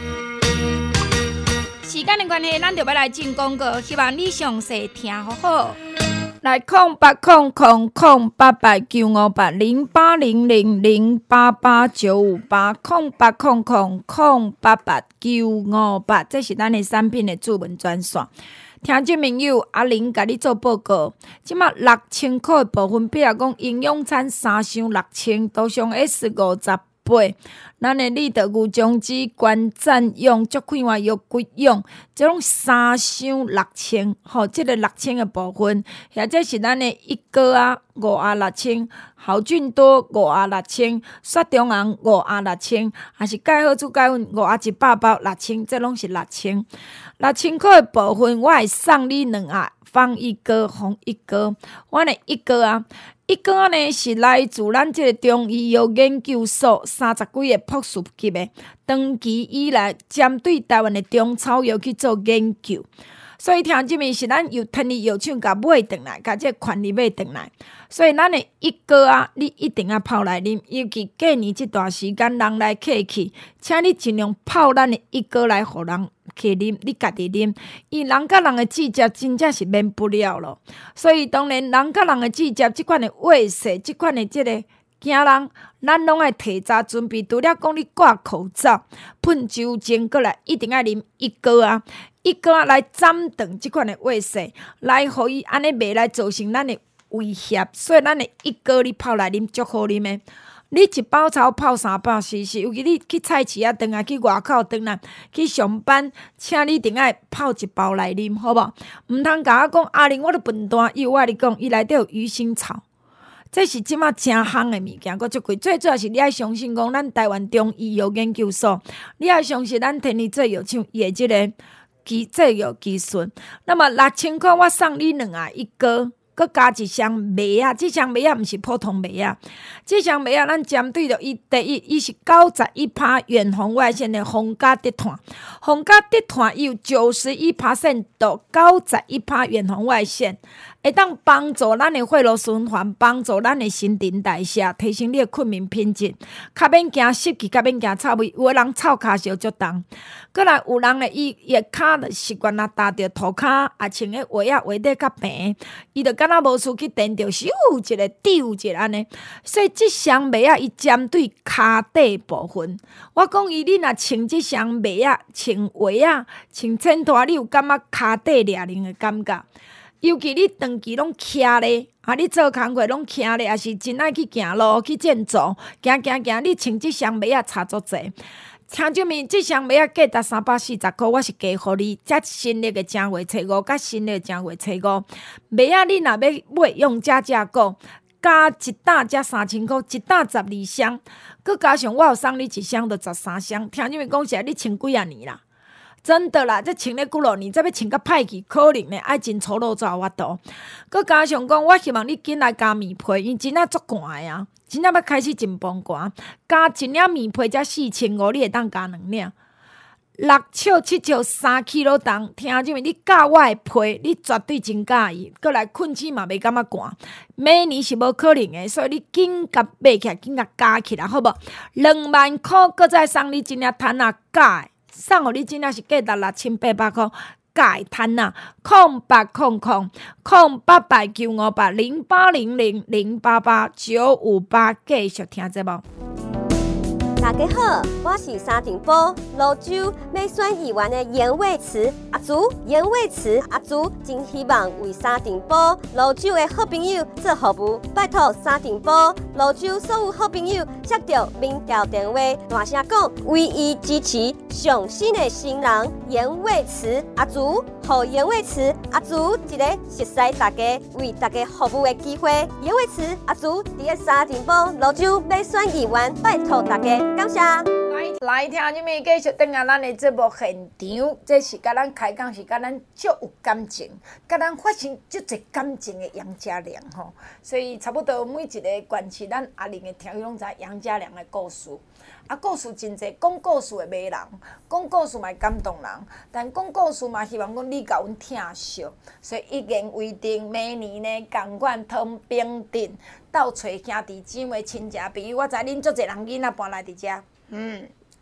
时间的关系，咱就要来进广告，希望你详细听好好。 来080008895808889580889888，这是咱的产品的主文专线。听众朋友，阿玲甲你做报告，即马6000块的部分，比如讲营养餐3箱6000，都上 S58。咱的立德牛种子关赞用足快活药骨用，这种3箱6000，吼，这个6000的部分，或者是咱的一哥啊5盒6000，好菌多5盒6000，雪中红5盒6000，还是钙好珠钙粉5盒100包6000，这拢是6000。6000块的部分，我会送你2盒方一哥、红一哥，我的一哥啊。一个呢是来自咱这个中医药研究所30几个博士级的，长期以来针对台湾的中草药去做研究，所以听这面是咱由天理药厂甲买回来，甲这权利买回来，所以咱的一个啊，你一定要泡来啉，尤其过年这段时间人来客去，请你尽量泡咱的一个来互人。去啉，你家己啉，伊人甲人的指甲真正是免不了咯。所以当然，人甲人的指甲即款的卫生，即款的即个惊人，咱拢爱提早准备。除了讲你挂口罩、喷酒精过来，一定要啉一个啊，一个啊来斩断即款的卫生，来互伊安尼袂来造成咱的威胁。所以咱的一个你泡来啉足好啉的。你一包草泡300cc， 尤其你去菜市啊，转来去外口转来去上班，请你一定爱泡一包来啉，好无？毋通甲我讲阿玲，我都笨蛋。我甲你讲，伊内底有鱼腥草，这是即马真夯的物件，佫足贵。最主要是你爱相信讲，咱台湾中医药研究所，你爱相信咱天理做药厂伊的即个做药技术。那么6000块，我送你2盒一个。佮加一箱麦啊，这箱麦啊毋是普通麦啊，这箱麦啊，咱针对着伊第一，伊是91%远红外线的红加低碳，红加低碳有91%到91%远红外线，会当帮助咱的血液循环，帮助咱的新陈代谢，提升你的睡眠品质，较免惊湿气，较免惊臭味。有的人臭骹烧足重，过来有人咧，伊的骹就习惯啊，踏着涂骹，也穿个鞋啊，鞋底较平，伊就敢若无事去颠着咻一个丢一个安尼。所以这箱麦啊，伊针对骹底部分。我讲伊，你若穿这箱麦啊，穿鞋啊，穿衬拖，你有感觉骹底掠冷的感觉？尤其你长期拢徛咧，你做工课拢徛咧，也是真爱去行路、去健走，行，你穿这双袜仔差足济。听证明，这双袜仔价值340块，我是加互你。这新历的正月初5，甲新历的正月初5，袜仔你若要买用加购，加一担才3000块，一担12箱，佮加上我有送你一箱，就13箱。听证明讲是你穿几啊年啦？真的啦，这穿咧几落年，再要穿甲歹去，可能呢爱真粗鲁才有法度。佮加上讲，我希望你紧来加棉被，因真正足寒啊，真正要开始真崩寒。加一领棉被才4500，你会当加2领。6尺7尺3 kg 重，听证明你加我的被，你绝对真介意。佮来困醒嘛，袂感觉寒。每年是无可能的，所以你紧甲买起来，紧甲加起来，好无？2万块，佮再送你一领毯啊加的。送互你真正是价值6800块，加会趁啊！0800-08895808000888958958，继续听节目。 大家好，我是沙尘暴泸州要选议员的严伟慈阿祖，严伟慈阿祖真希望为沙尘暴泸州的好朋友做服务，拜托沙尘暴泸州所有好朋友接到民调电话，大声讲唯一支持上新的新人严伟慈阿祖，互严伟慈阿祖一个熟悉大家、为大家服务的机会。严伟慈阿祖伫个沙尘暴泸州要选议员，拜托大家。感谢。 来听什么？继续等下咱的节目现场，这是甲咱开讲，是甲咱足有感情，甲咱发生足侪感情的杨家良吼。所以差不多每一个县市，咱阿玲的听友拢知杨家良的故事。故事真侪，讲故事的迷人，讲故事嘛感动人，但讲故事嘛希望讲你甲阮听惜。所以一言为定，明年呢，共阮通平镇斗找兄弟姊妹亲戚朋友。我知恁足侪人囡仔搬来伫遮，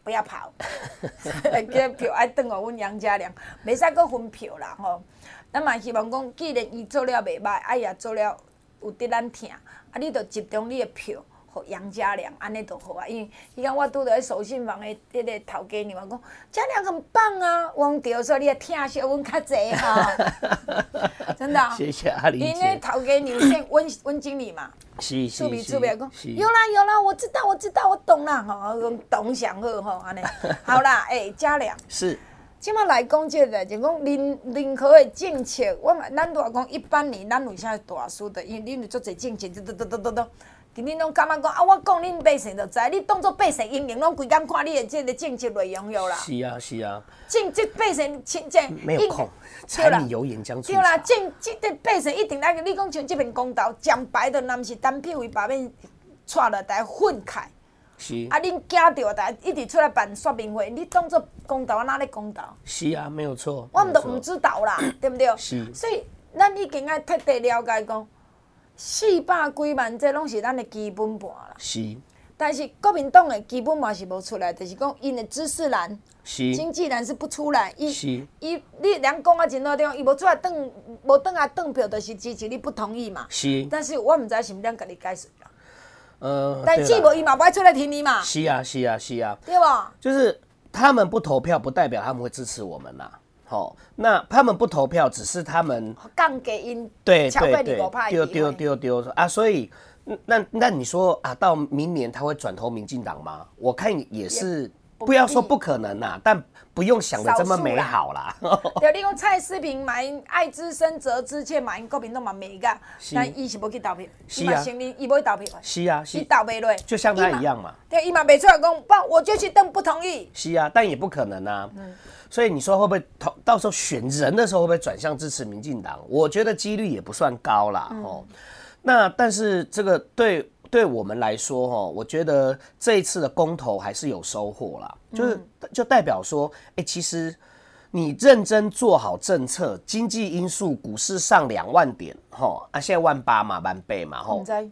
不要跑，叫票爱转互阮杨家良，袂使搁分票啦吼。咱嘛希望讲，既然伊做了袂歹，也做了有得咱听，你着集中你的票。互杨家良安尼就好啊，因为迄天我拄着迄守信房的迄个头家娘讲，家良很棒啊，王对，所以你也听小阮较济哈，真的。 谢谢阿玲姐。 因为头家娘是温经理嘛， 是助理讲，有啦，我知道，我懂啦，吼，懂上好吼，安尼。好啦，家良是。 即马来讲即个，就讲任何的政策，咱如果讲一般年，咱有啥大事的，因为恁有足侪政策，恁拢感觉讲啊，我讲恁百姓就知，你当作百姓英雄，拢规工看你的这个政策内容了啦。 是啊。 这百姓这没有空，柴米油盐酱醋茶。 对啦，这百姓一定来，你讲像这边公道，讲白的，若毋是单票为把面带了来混开。 是。 啊，恁惊着大一直出来办说明会，你当作公道，哪咧公道？ 是啊，没有错。 我们都唔知道啦，对不对？ 是。 所以咱已经爱彻底了解讲。400几万，这拢是咱的基本盘啦。 是。但是国民党的基本盘是无出来，就是讲因的知识栏、经济栏是不出来。你人讲啊真好听，伊无出来无转来转票，就是支持你不同意嘛。 是。 但是我唔知是毋是甲你解释啦。 但是无伊嘛不爱出来听你嘛。 是啊。 对吧？ 就是他们不投票，不代表他们会支持我们啦。好，那他们不投票，只是他们降给因对丢啊，所以那你说啊，到明年他会转投民进党吗？我看也是，不要说不可能啦，但不用想的这么美好啦。 对，你讲蔡诗萍嘛，因爱之深责之切嘛，因国民党嘛美个，但伊是无去投票，伊嘛承认伊无去投票。 是啊， 伊投袂落， 就像他一样嘛。 对，伊嘛袂出来讲，不，我就去登不同意。 是啊，但也不可能啊。所以你说会不会到时候选人的时候会不会转向支持民进党？我觉得几率也不算高啦。那但是这个对我们来说，我觉得这一次的公投还是有收获啦。就代表说，其实你认真做好政策，经济因素，股市上2万点，现在18000嘛，1,800嘛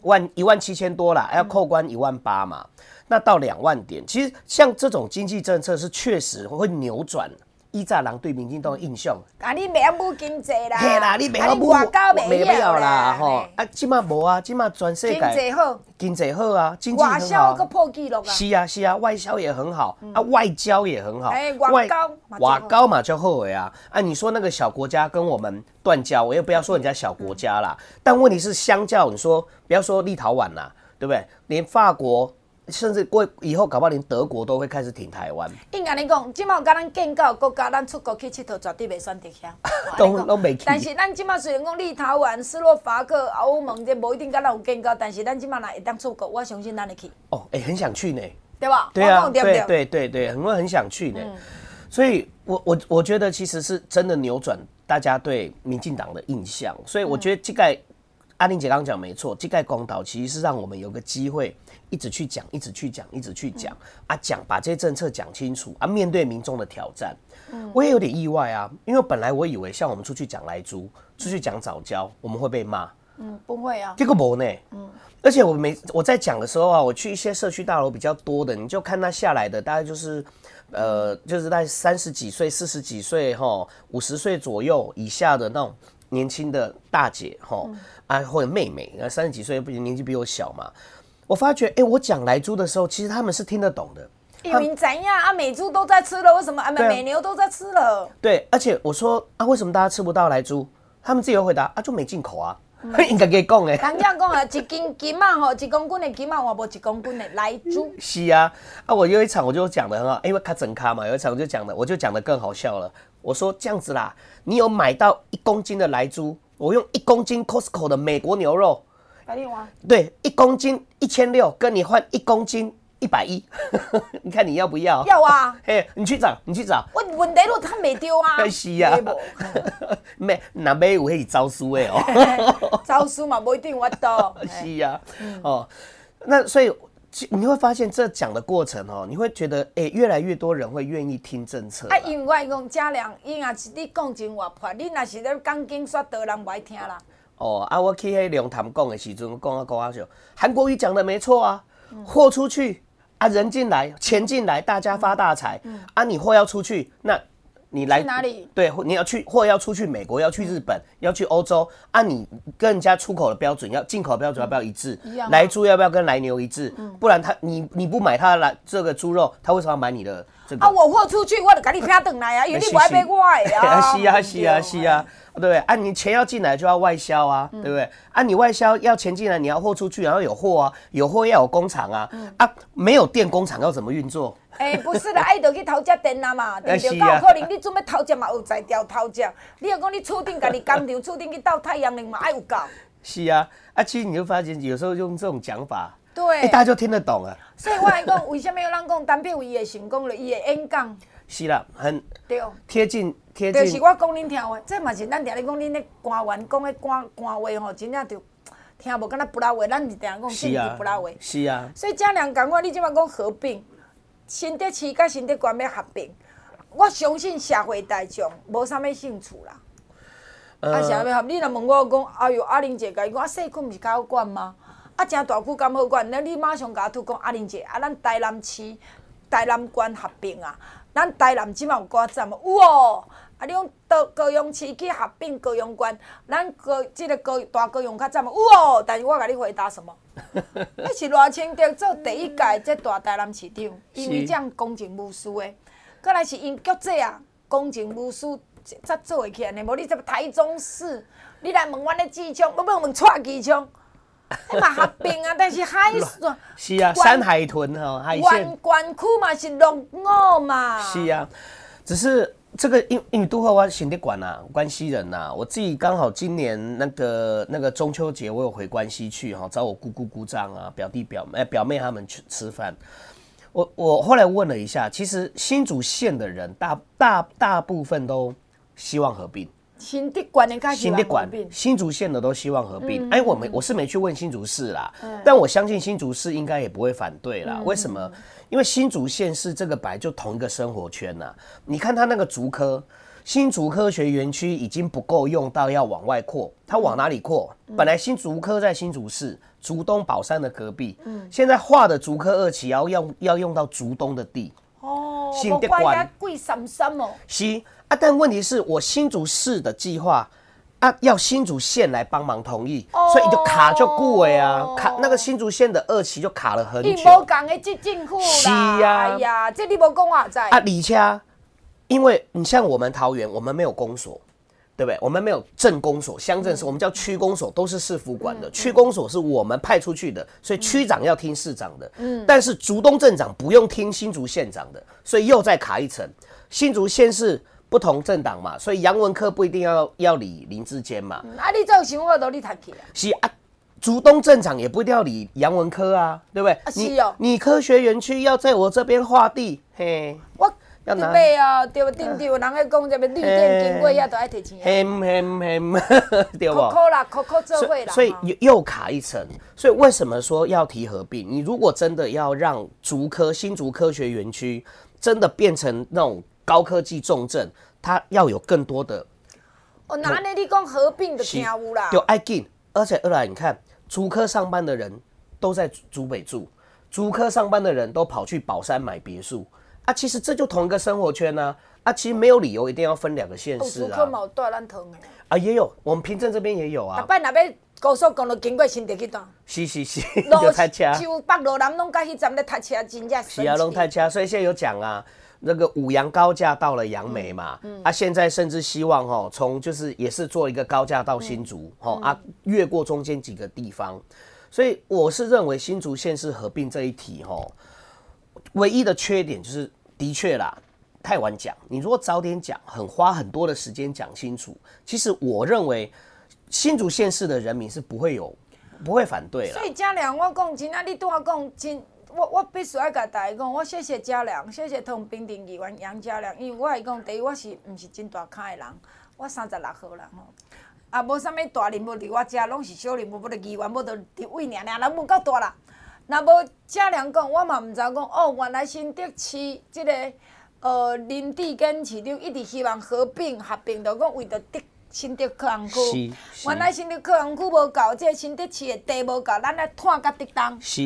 ，17000多啦，要扣关18000嘛，那到2万点，其实像这种经济政策是确实会扭转以前人对民进党的印象。 啊，你袂晓补经济啦， 嘿啦，你袂晓补， 外交袂晓啦，吼。啊，即马无啊，即马全世界经济好啊，经济很好。 外销个破纪录啊。 是啊，外销也很好，外交也很好。 外交嘛就好的啊。啊，你说那个小国家跟我们断交，我也不要说人家小国家啦，但问题是相较，你说不要说立陶宛啦，对不对？连法国。甚至以后搞不好连德国都会开始挺台湾。 应该你讲，即马有甲咱建构国家，咱出国去佚佗，绝对袂选择遐。 都袂去。 但是咱即马虽然讲立陶宛、斯洛伐克、欧盟这无一定甲咱有建构，但是咱即马若会当出国，我相信咱会去。 很想去呢。 对吧？ 对啊，对，很想去呢。所以我觉得其实是真的扭转大家对民进党的印象。所以我觉得这个阿玲姐刚刚讲没错，这个公投其实是让我们有个机会。一直去讲把这些政策讲清楚啊！面对民众的挑战，我也有点意外啊，因为本来我以为像我们出去讲莱猪，出去讲早教，我们会被骂， 不会啊， 结果没呢，而且我在讲的时候啊，我去一些社区大楼比较多的，你就看他下来的大概就是大概30几岁、40几岁50岁左右以下的那种年轻的大姐或者妹妹，30几岁年纪比我小嘛。我发觉，我讲莱猪的时候，其实他们是听得懂的。 因为怎样啊？美猪都在吃了，为什么美牛都在吃了？ 对，而且我说啊，为什么大家吃不到莱猪？他们自己会回答啊，就没进口啊。应该给讲的。 人家讲啊，1斤金啊，1公斤的金啊，换无1公斤的莱猪。 是啊，我有一场我就讲的很好，因为他整咖嘛，有一场我就讲的更好笑了。我说这样子啦，你有买到1公斤的莱猪，我用1公斤 Costco 的美国牛肉。对，1公斤1600，跟你换1公斤110，你看你要不要？ 要啊！ 嘿，你去找。 我问题都看袂到啊。 是啊，那买有迄招数的哦。 招数嘛，不一定有法度。 是啊，那所以你会发现这讲的过程你会觉得越来越多人会愿意听政策。 因为我讲家良，伊若是你讲真活泼，你若是咧讲经说道，人不爱听啦。 我去迄龙潭讲的时阵，讲啊笑，韩国瑜讲的没错啊，豁出去啊，人进来，钱进来，大家发大财。啊，你货要出去，那你来去哪里？ 对，你要去货要出去美国，要去日本，要去欧洲。啊，你跟人家出口的标准要进口的标准要不要一致？来猪要不要跟来牛一致？不然你不买他的这个猪肉，他为什么要买你的这个？ 啊，我货出去，我就给你骗回来啊，因为你不爱买我的啊。 是啊，对不对？啊，你钱要进来就要外销啊，对不对？啊，你外销要钱进来，你要货出去，然后有货啊，有货要有工厂啊。啊，没有电工厂要怎么运作？ 不是啦，爱就去偷食电啊嘛，对不对？有可能你准备偷食嘛，有才调偷食。你若讲你厝顶家己工厂，厝顶去倒太阳能嘛，爱有够。 是啊，其实你就发现有时候用这种讲法， 对， 大家就听得懂了。 所以我来讲，为什么有人讲单片为伊的成功了，伊的演讲？ 是啦，很对， 贴近。 就是我讲恁听话，这嘛是咱定咧讲恁咧官员讲的官话吼，真正就听无敢若不拉话，咱是定讲政治不拉话。是啊。所以嘉良讲我，你即摆讲合并，新德市甲新德县要合并，我相信社会大众无啥物兴趣啦。啥要合？你若问我讲，哎哟，阿玲姐甲伊讲，细区毋是较好管吗？真大区敢好管？那你马上甲我推讲，阿玲姐，咱台南市、台南县合并啊，咱台南即马有寡站有哦。你讲高雄市去合并高雄县，咱大高雄较站有哦。但是我甲你回答什么？那是赖清德做第一届这大台南市长，因为这样公正无私的。再来是因局这啊，公正无私才做会起来呢。无你这台中市，你来问阮的机枪，要问蔡机枪，迄嘛合并啊，但是海线是啊，山海屯吼，海线园区嘛是落伍嘛。 是啊，只是。这个因为都和我新德县啊，关西人呐、我自己刚好今年那个中秋节，我有回关西去哈，找我姑丈啊、表弟表妹他们去吃饭。我后来问了一下，其实新竹县的人大部分都希望合并。新德县新竹县的都希望合并。我是没去问新竹市啦，但我相信新竹市应该也不会反对啦。为什么？因为新竹县是这个本来就同一个生活圈呐。你看它那个竹科，新竹科学园区已经不够用到要往外扩，它往哪里扩？本来新竹科在新竹市竹东宝山的隔壁，现在划的竹科2期要用到竹东的地。哦，新德县贵三三哦。 是啊，但问题是我新竹市的计划。要新竹县来帮忙同意，所以就卡就久的啊，卡那个新竹县的2期就卡了很久。 伊无讲的政府啦， 是啊， 哎呀，这你无讲我知。 而且，因为你像我们桃园，我们没有公所，对不对？我们没有镇公所、乡镇所，我们叫区公所，都是市府管的。区公所是我们派出去的，所以区长要听市长的。但是竹东镇长不用听新竹县长的，所以又再卡一层。新竹县是。不同政党嘛，所以杨文科不一定要理林智坚嘛。 你这有想法都你谈起啊？ 是啊，竹东镇长也不一定要理杨文科啊，对不对？ 是哦。你科学园区要在我这边划地，嘿， 我要拿对啊，对不？顶有人在讲这边绿电经过遐都爱提钱。 对不？ 扣做伙啦。 所以又卡一层。所以为什么说要提合并？你如果真的要让新竹科学园区真的变成那种。高科技重镇，它要有更多的。 那你讲合并的听有啦。 就爱紧，而且二来你看，竹科上班的人都在竹北住，竹科上班的人都跑去宝山买别墅啊。其实这就同一个生活圈啊。其实没有理由一定要分2个县市啊。 竹科嘛有带咱汤的。 也有，我们平镇这边也有啊。 摆若要高速公路经过新德去段。 是，就塞车。 就北路南拢甲迄站咧塞车，真正是啊，拢塞车，所以现在有讲啊。那个五杨高架到了杨梅嘛，现在甚至希望从就是也是做一个高架到新竹，越过中间几个地方，所以我是认为新竹县市合并这一题唯一的缺点就是的确啦，太晚讲，你如果早点讲，花很多的时间讲清楚，其实我认为新竹县市的人民是不会反对啦。 所以嘉良，我讲真啊，你对我讲真。我必须要甲大家讲，我谢谢嘉良，谢谢同平镇议员杨嘉良，因为我会讲，第一我是毋是真大咖的人，我36号人吼，无啥物大人物伫我遮，拢是小人物，无得议员，无得立委尔，人物够大啦。若无嘉良讲，我嘛毋知讲，原来新德市即个林志坚市长一直希望合并，就讲为着得新德科学区。原来新德科学区无够，即个新德市的地无够，咱来探甲得当。 是。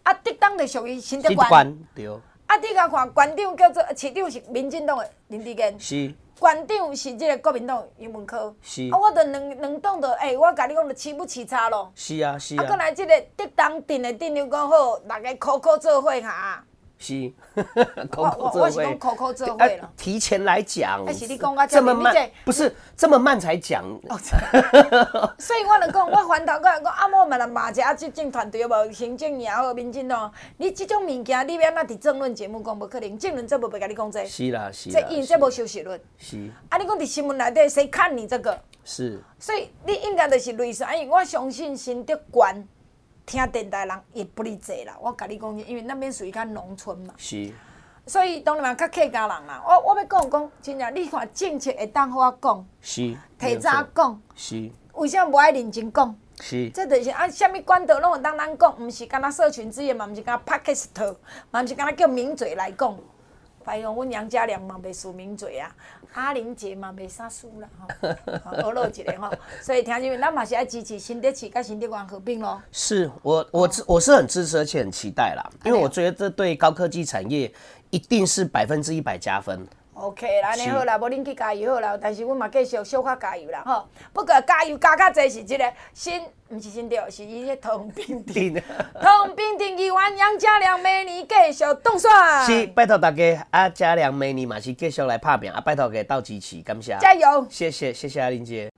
竹东就属于新竹新县。 对， 你甲看县长叫做市长是民进党的林智坚， 是县长是即个国民党杨文科。 是我着两党着，我甲你讲着饲母饲差咯。 是啊是啊，过来即个竹东镇的镇长讲好，大家口口做伙哈。 是， 我是讲口口做伙啦。 提前来讲， 是你讲这么慢，不是这么慢才讲。 所以我就讲，我翻头过来讲，我嘛来骂一下执政团队无行政也好，民进党，你即种物件，你要安怎伫政论节目讲无可能？政论节目袂甲你讲这。 是啦是这啦。 这无收视率。 是。 你讲伫新闻内底，谁看你这个？ 是。 所以你应该就是类似，因为我相信新竹县。听电台人也不哩济啦，我甲你讲，因为那边属于较农村嘛， 是， 所以当然嘛较客家人啦。我要讲，真正你看政策会当好啊讲， 是， 提早讲， 是， 为啥无爱认真讲？ 是， 这就是啥物管道拢有当咱讲，毋是干那社群资源嘛，毋是干 podcast， 嘛毋是干那叫名嘴来讲。拜托，阮杨家良嘛袂输名嘴啊，阿玲姐嘛袂啥输啦吼，学落一个吼。所以听众们，咱嘛是爱支持新竹市甲新竹县合并咯。 是我是很支持而且很期待啦，因为我觉得这对高科技产业一定是100%加分。 OK， 安尼好啦，无恁去加油好啦，但是阮嘛继续小可加油啦吼。不过加油加较济是即个毋是新竹，是伊迄桃园平镇。桃园平镇议员杨家良明年继续当选。 是，拜托大家啊，家良明年嘛是继续来拍拼啊，拜托大家斗支持，感谢。 加油！ 谢谢阿玲姐。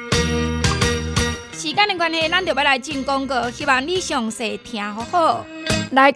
时间的关系，咱就要来进广告，希望你详细听好好。来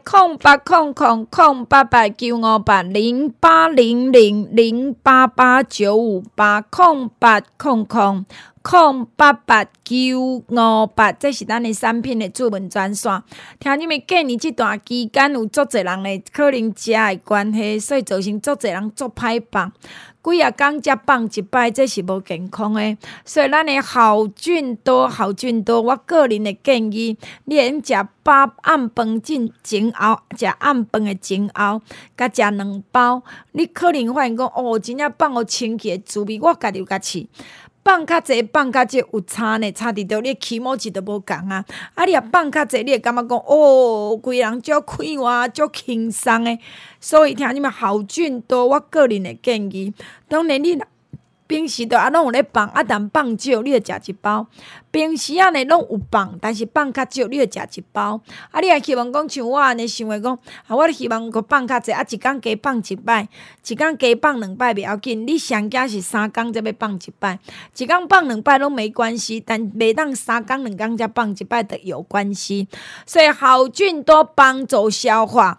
0800095808098898，这是咱的产品的主文专线。听你们建议这段期间有足侪人的可能食的关系，所以造成足侪人足歹放。几啊天才放一摆，这是无健康的。所以咱的好菌多，我个人的建议，你用食饱暗饭前后，食暗饭的前后，甲食2包，你可能发现讲，真正放互清气的滋味，我家己有甲试。放较济，放较济有差呢，差伫着你起毛质都无共啊！你若放较济，你会感觉讲规人足快活、足轻松的。所以听你们好菌多，我个人的建议，当然你平时都拢有咧放，但放少，你就食1包。平时呢拢有放，但是放较少，你就食1包。你也希望讲像我安尼想的讲，我希望佮放较济，一天加放1摆，一天加放2摆袂要紧。你上惊是3天才要放1摆，一天放2摆拢没关系，但袂当3天2天才放1摆的有关系。所以好菌多帮助消化，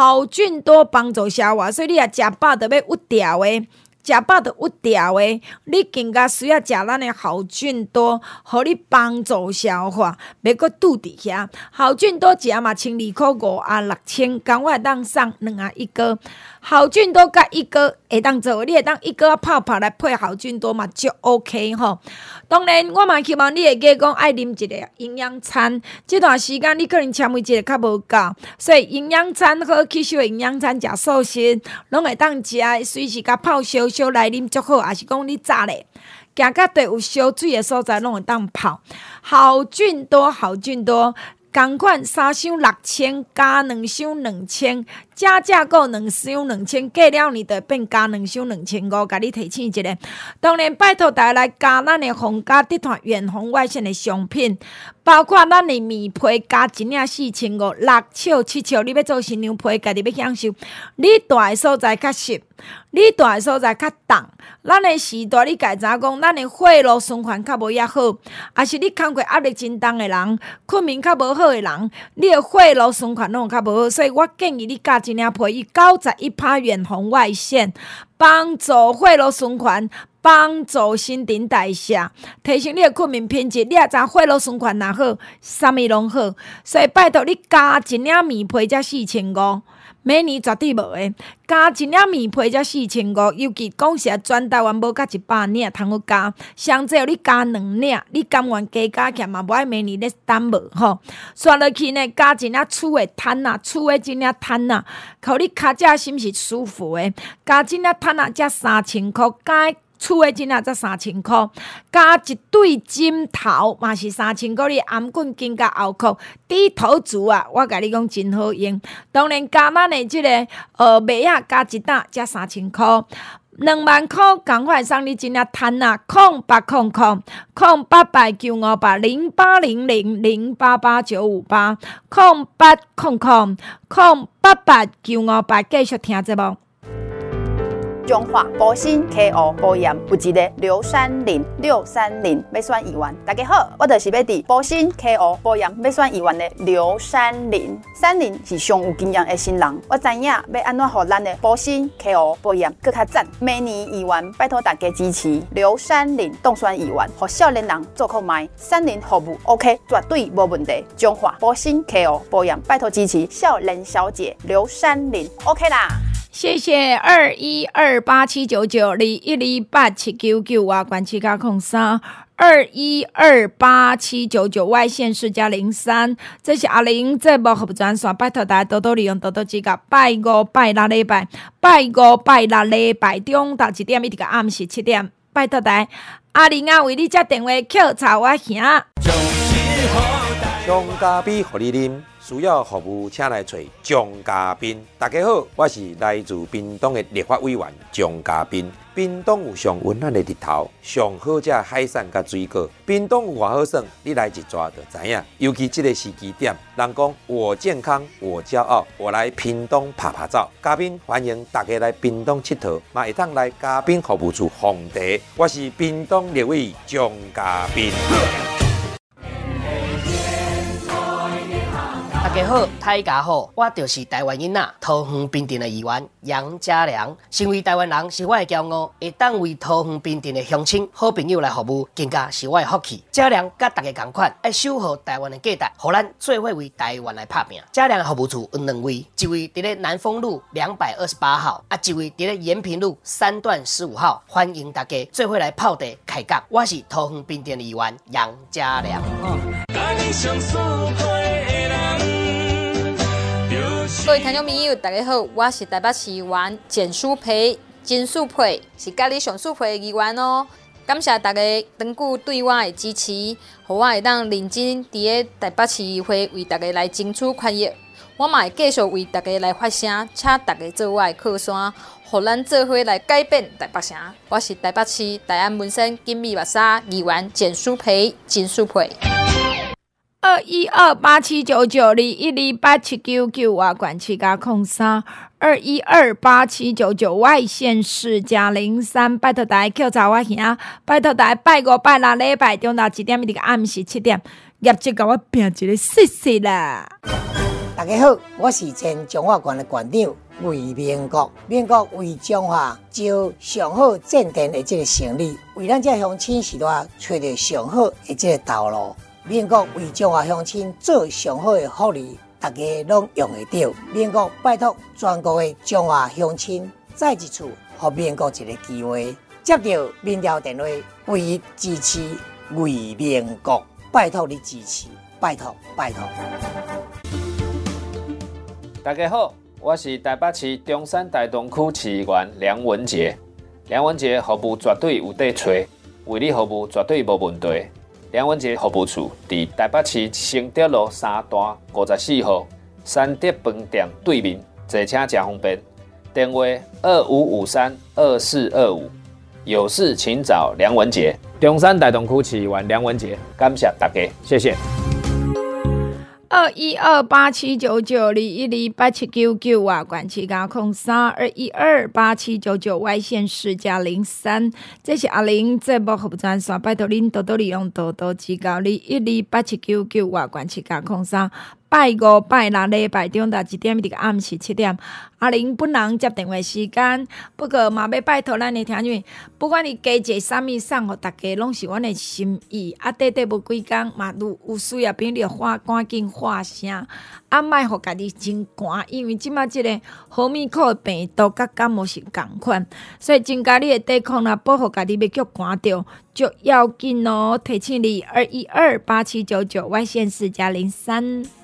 所以你也食饱就要有调的。食饱就有调的，你更加需要食咱的好菌多，互你帮助消化，袂阁拄伫遐。好菌多一盒嘛，12块5啊6000，讲我会当送2盒1个。好菌多甲1个会当做，你会当1个泡来配好菌多嘛，就 OK 吼。当然，我嘛希望你会记讲爱啉一个营养餐。这段时间你可能纤维质较无够，所以营养餐好吸收的营养餐，食素食，拢会当食，随时甲泡烧烧来啉足好，也是讲你早咧。行到地有烧水的所在，拢会当泡。好菌多，同款3箱6000加2箱2000，加价购2箱2000，过了你就变加2箱2500，甲你提醒一个。当然，拜托大家来加咱的皇家集团远红外线的商品，包括咱的棉被加一领4500，6尺7尺，你要做新娘被，家己要享受。你住的所在较湿，你住的所在较冻，咱的时代你家知影讲，咱的血路循环较无遐好，也是你扛过压力真重的人，困眠较无好的人，你的血路循环拢较无好，所以我建议你加一领被，伊91%远红外线，帮助血路循环。帮助新陈代谢，提升你的困眠品质。你也知血路循环若好，啥物拢好。所以拜托你加一领棉被才4500，每年绝对无的。加一领棉被才4500，尤其讲实全台湾无甲100领通好加，上最后你加2领，你甘愿加起嘛无爱每年咧担无吼。刷落去呢，加一领厝的毯啊，厝的一领毯啊，互你脚趾心是舒服的。加一领毯啊，才3000块，加厝的钱仔才3000块，加一对枕头嘛是3000块，你颔棍巾甲后裤低头族啊，我甲你讲真好用。当然加咱的即个袜仔加一担才3000块。2万块赶快送你真正赚啊！0800-958-088-958，0800-088-958，继续听节目。 中华保鲜 KO 保养有一个630要选议员。大家好，我就是要伫保鲜 KO 保养要选议员的630是上有经验的新人，我知影要安怎让咱的保鲜 KO 保养更较赞。明年议员拜托大家支持630当选议员，让少年人做购买，30服务 OK 绝对无问题。中华保鲜 KO 保养拜托支持少年小姐630 OK 啦。 谢谢212879921287999外关七加0321288799外县市加03，这是阿玲节目服务专线，拜托大家多多利用，多多指教。拜5拜6礼拜，拜5拜6礼拜中到1点一直到暗时7点，拜托大家。阿玲啊，为你接电话扣查我兄。 姜咖啡互你啉，需要服务请来找姜咖啡。大家好，我是来自屏东的立法委员姜咖啡。屏东有上温暖的日头，上好食海产甲水果。屏东有偌好耍，你来一抓就知影。尤其这个时机点，人讲我健康我骄傲，我来屏东拍拍照。嘉宾欢迎大家来屏东佚佗，嘛会当来嘉宾服务处奉茶。我是屏东立委姜嘉宾。 大家好，大家好，我就是台湾囡仔桃园bình镇的议员杨家良。身为台湾人是我的骄傲，会当为桃园bình镇的乡亲、好朋友来服务，更加是我的福气。家良甲大家同款，爱守护台湾的价值，互咱做伙为台湾来拍拼。家良的服务处有2位，一位伫咧南丰路228号，一位伫咧延平路3段15号。欢迎大家做伙来泡茶开讲。我是桃园bình镇的议员杨家良。 各位听众朋友，大家好，我是台北市议员简淑培，金淑培是家里上淑培的议员哦。感谢大家长久对我的支持，让我会当认真伫咧台北市议会为大家来争取权益。我嘛会继续为大家来发声，请大家做我的靠山，让咱做伙来改变台北城。我是台北市大安门生金美目沙议员简淑培，金淑培。 212879921287999外管七加03，2128799外县市加03，拜托大家扣查我兄，拜托大家拜5拜6礼拜中到1点一直到暗时7点，业绩甲我拼一个谢谢啦。 大家好，我是前中华县的县长魏明国。明国为中华招上好建店的这个成立，为咱这乡亲时代找到上好的这个道路。民国为中华乡亲做上好的福利，大家拢用得到。民国拜托全国的中华乡亲再一次给民国一个机会，接到民调电话，为伊支持为民国，拜托你支持，拜托拜托。 大家好，我是台北市中山大东区市议员梁文杰。梁文杰服务绝对有得找，为你服务绝对无问题。梁文杰服务处伫台北市承德路3段54号三德饭店对面，坐车真方便。电话25532425，有事请找梁文杰。中山大东区市议员梁文杰，感谢大家，谢谢。 212879921287999外管七加03，2128799外县市加03，这是阿玲节目服务专线，拜托恁多多利用，多多指教你1288799外管七加03。拜5拜6礼拜中到1点一直到暗时7点，阿玲本人接电话时间，不过嘛要拜托咱的听众，不管你加一啥物送互大家，拢是阮的心意。啊，短无几工嘛，有需要朋友赶紧发声，啊，莫互家己真寒，因为即马即个毫米口的病毒甲感冒是共款，所以增加你的抵抗力，保护家己，别叫寒着。就要紧哦，提醒你2128799外县市加03。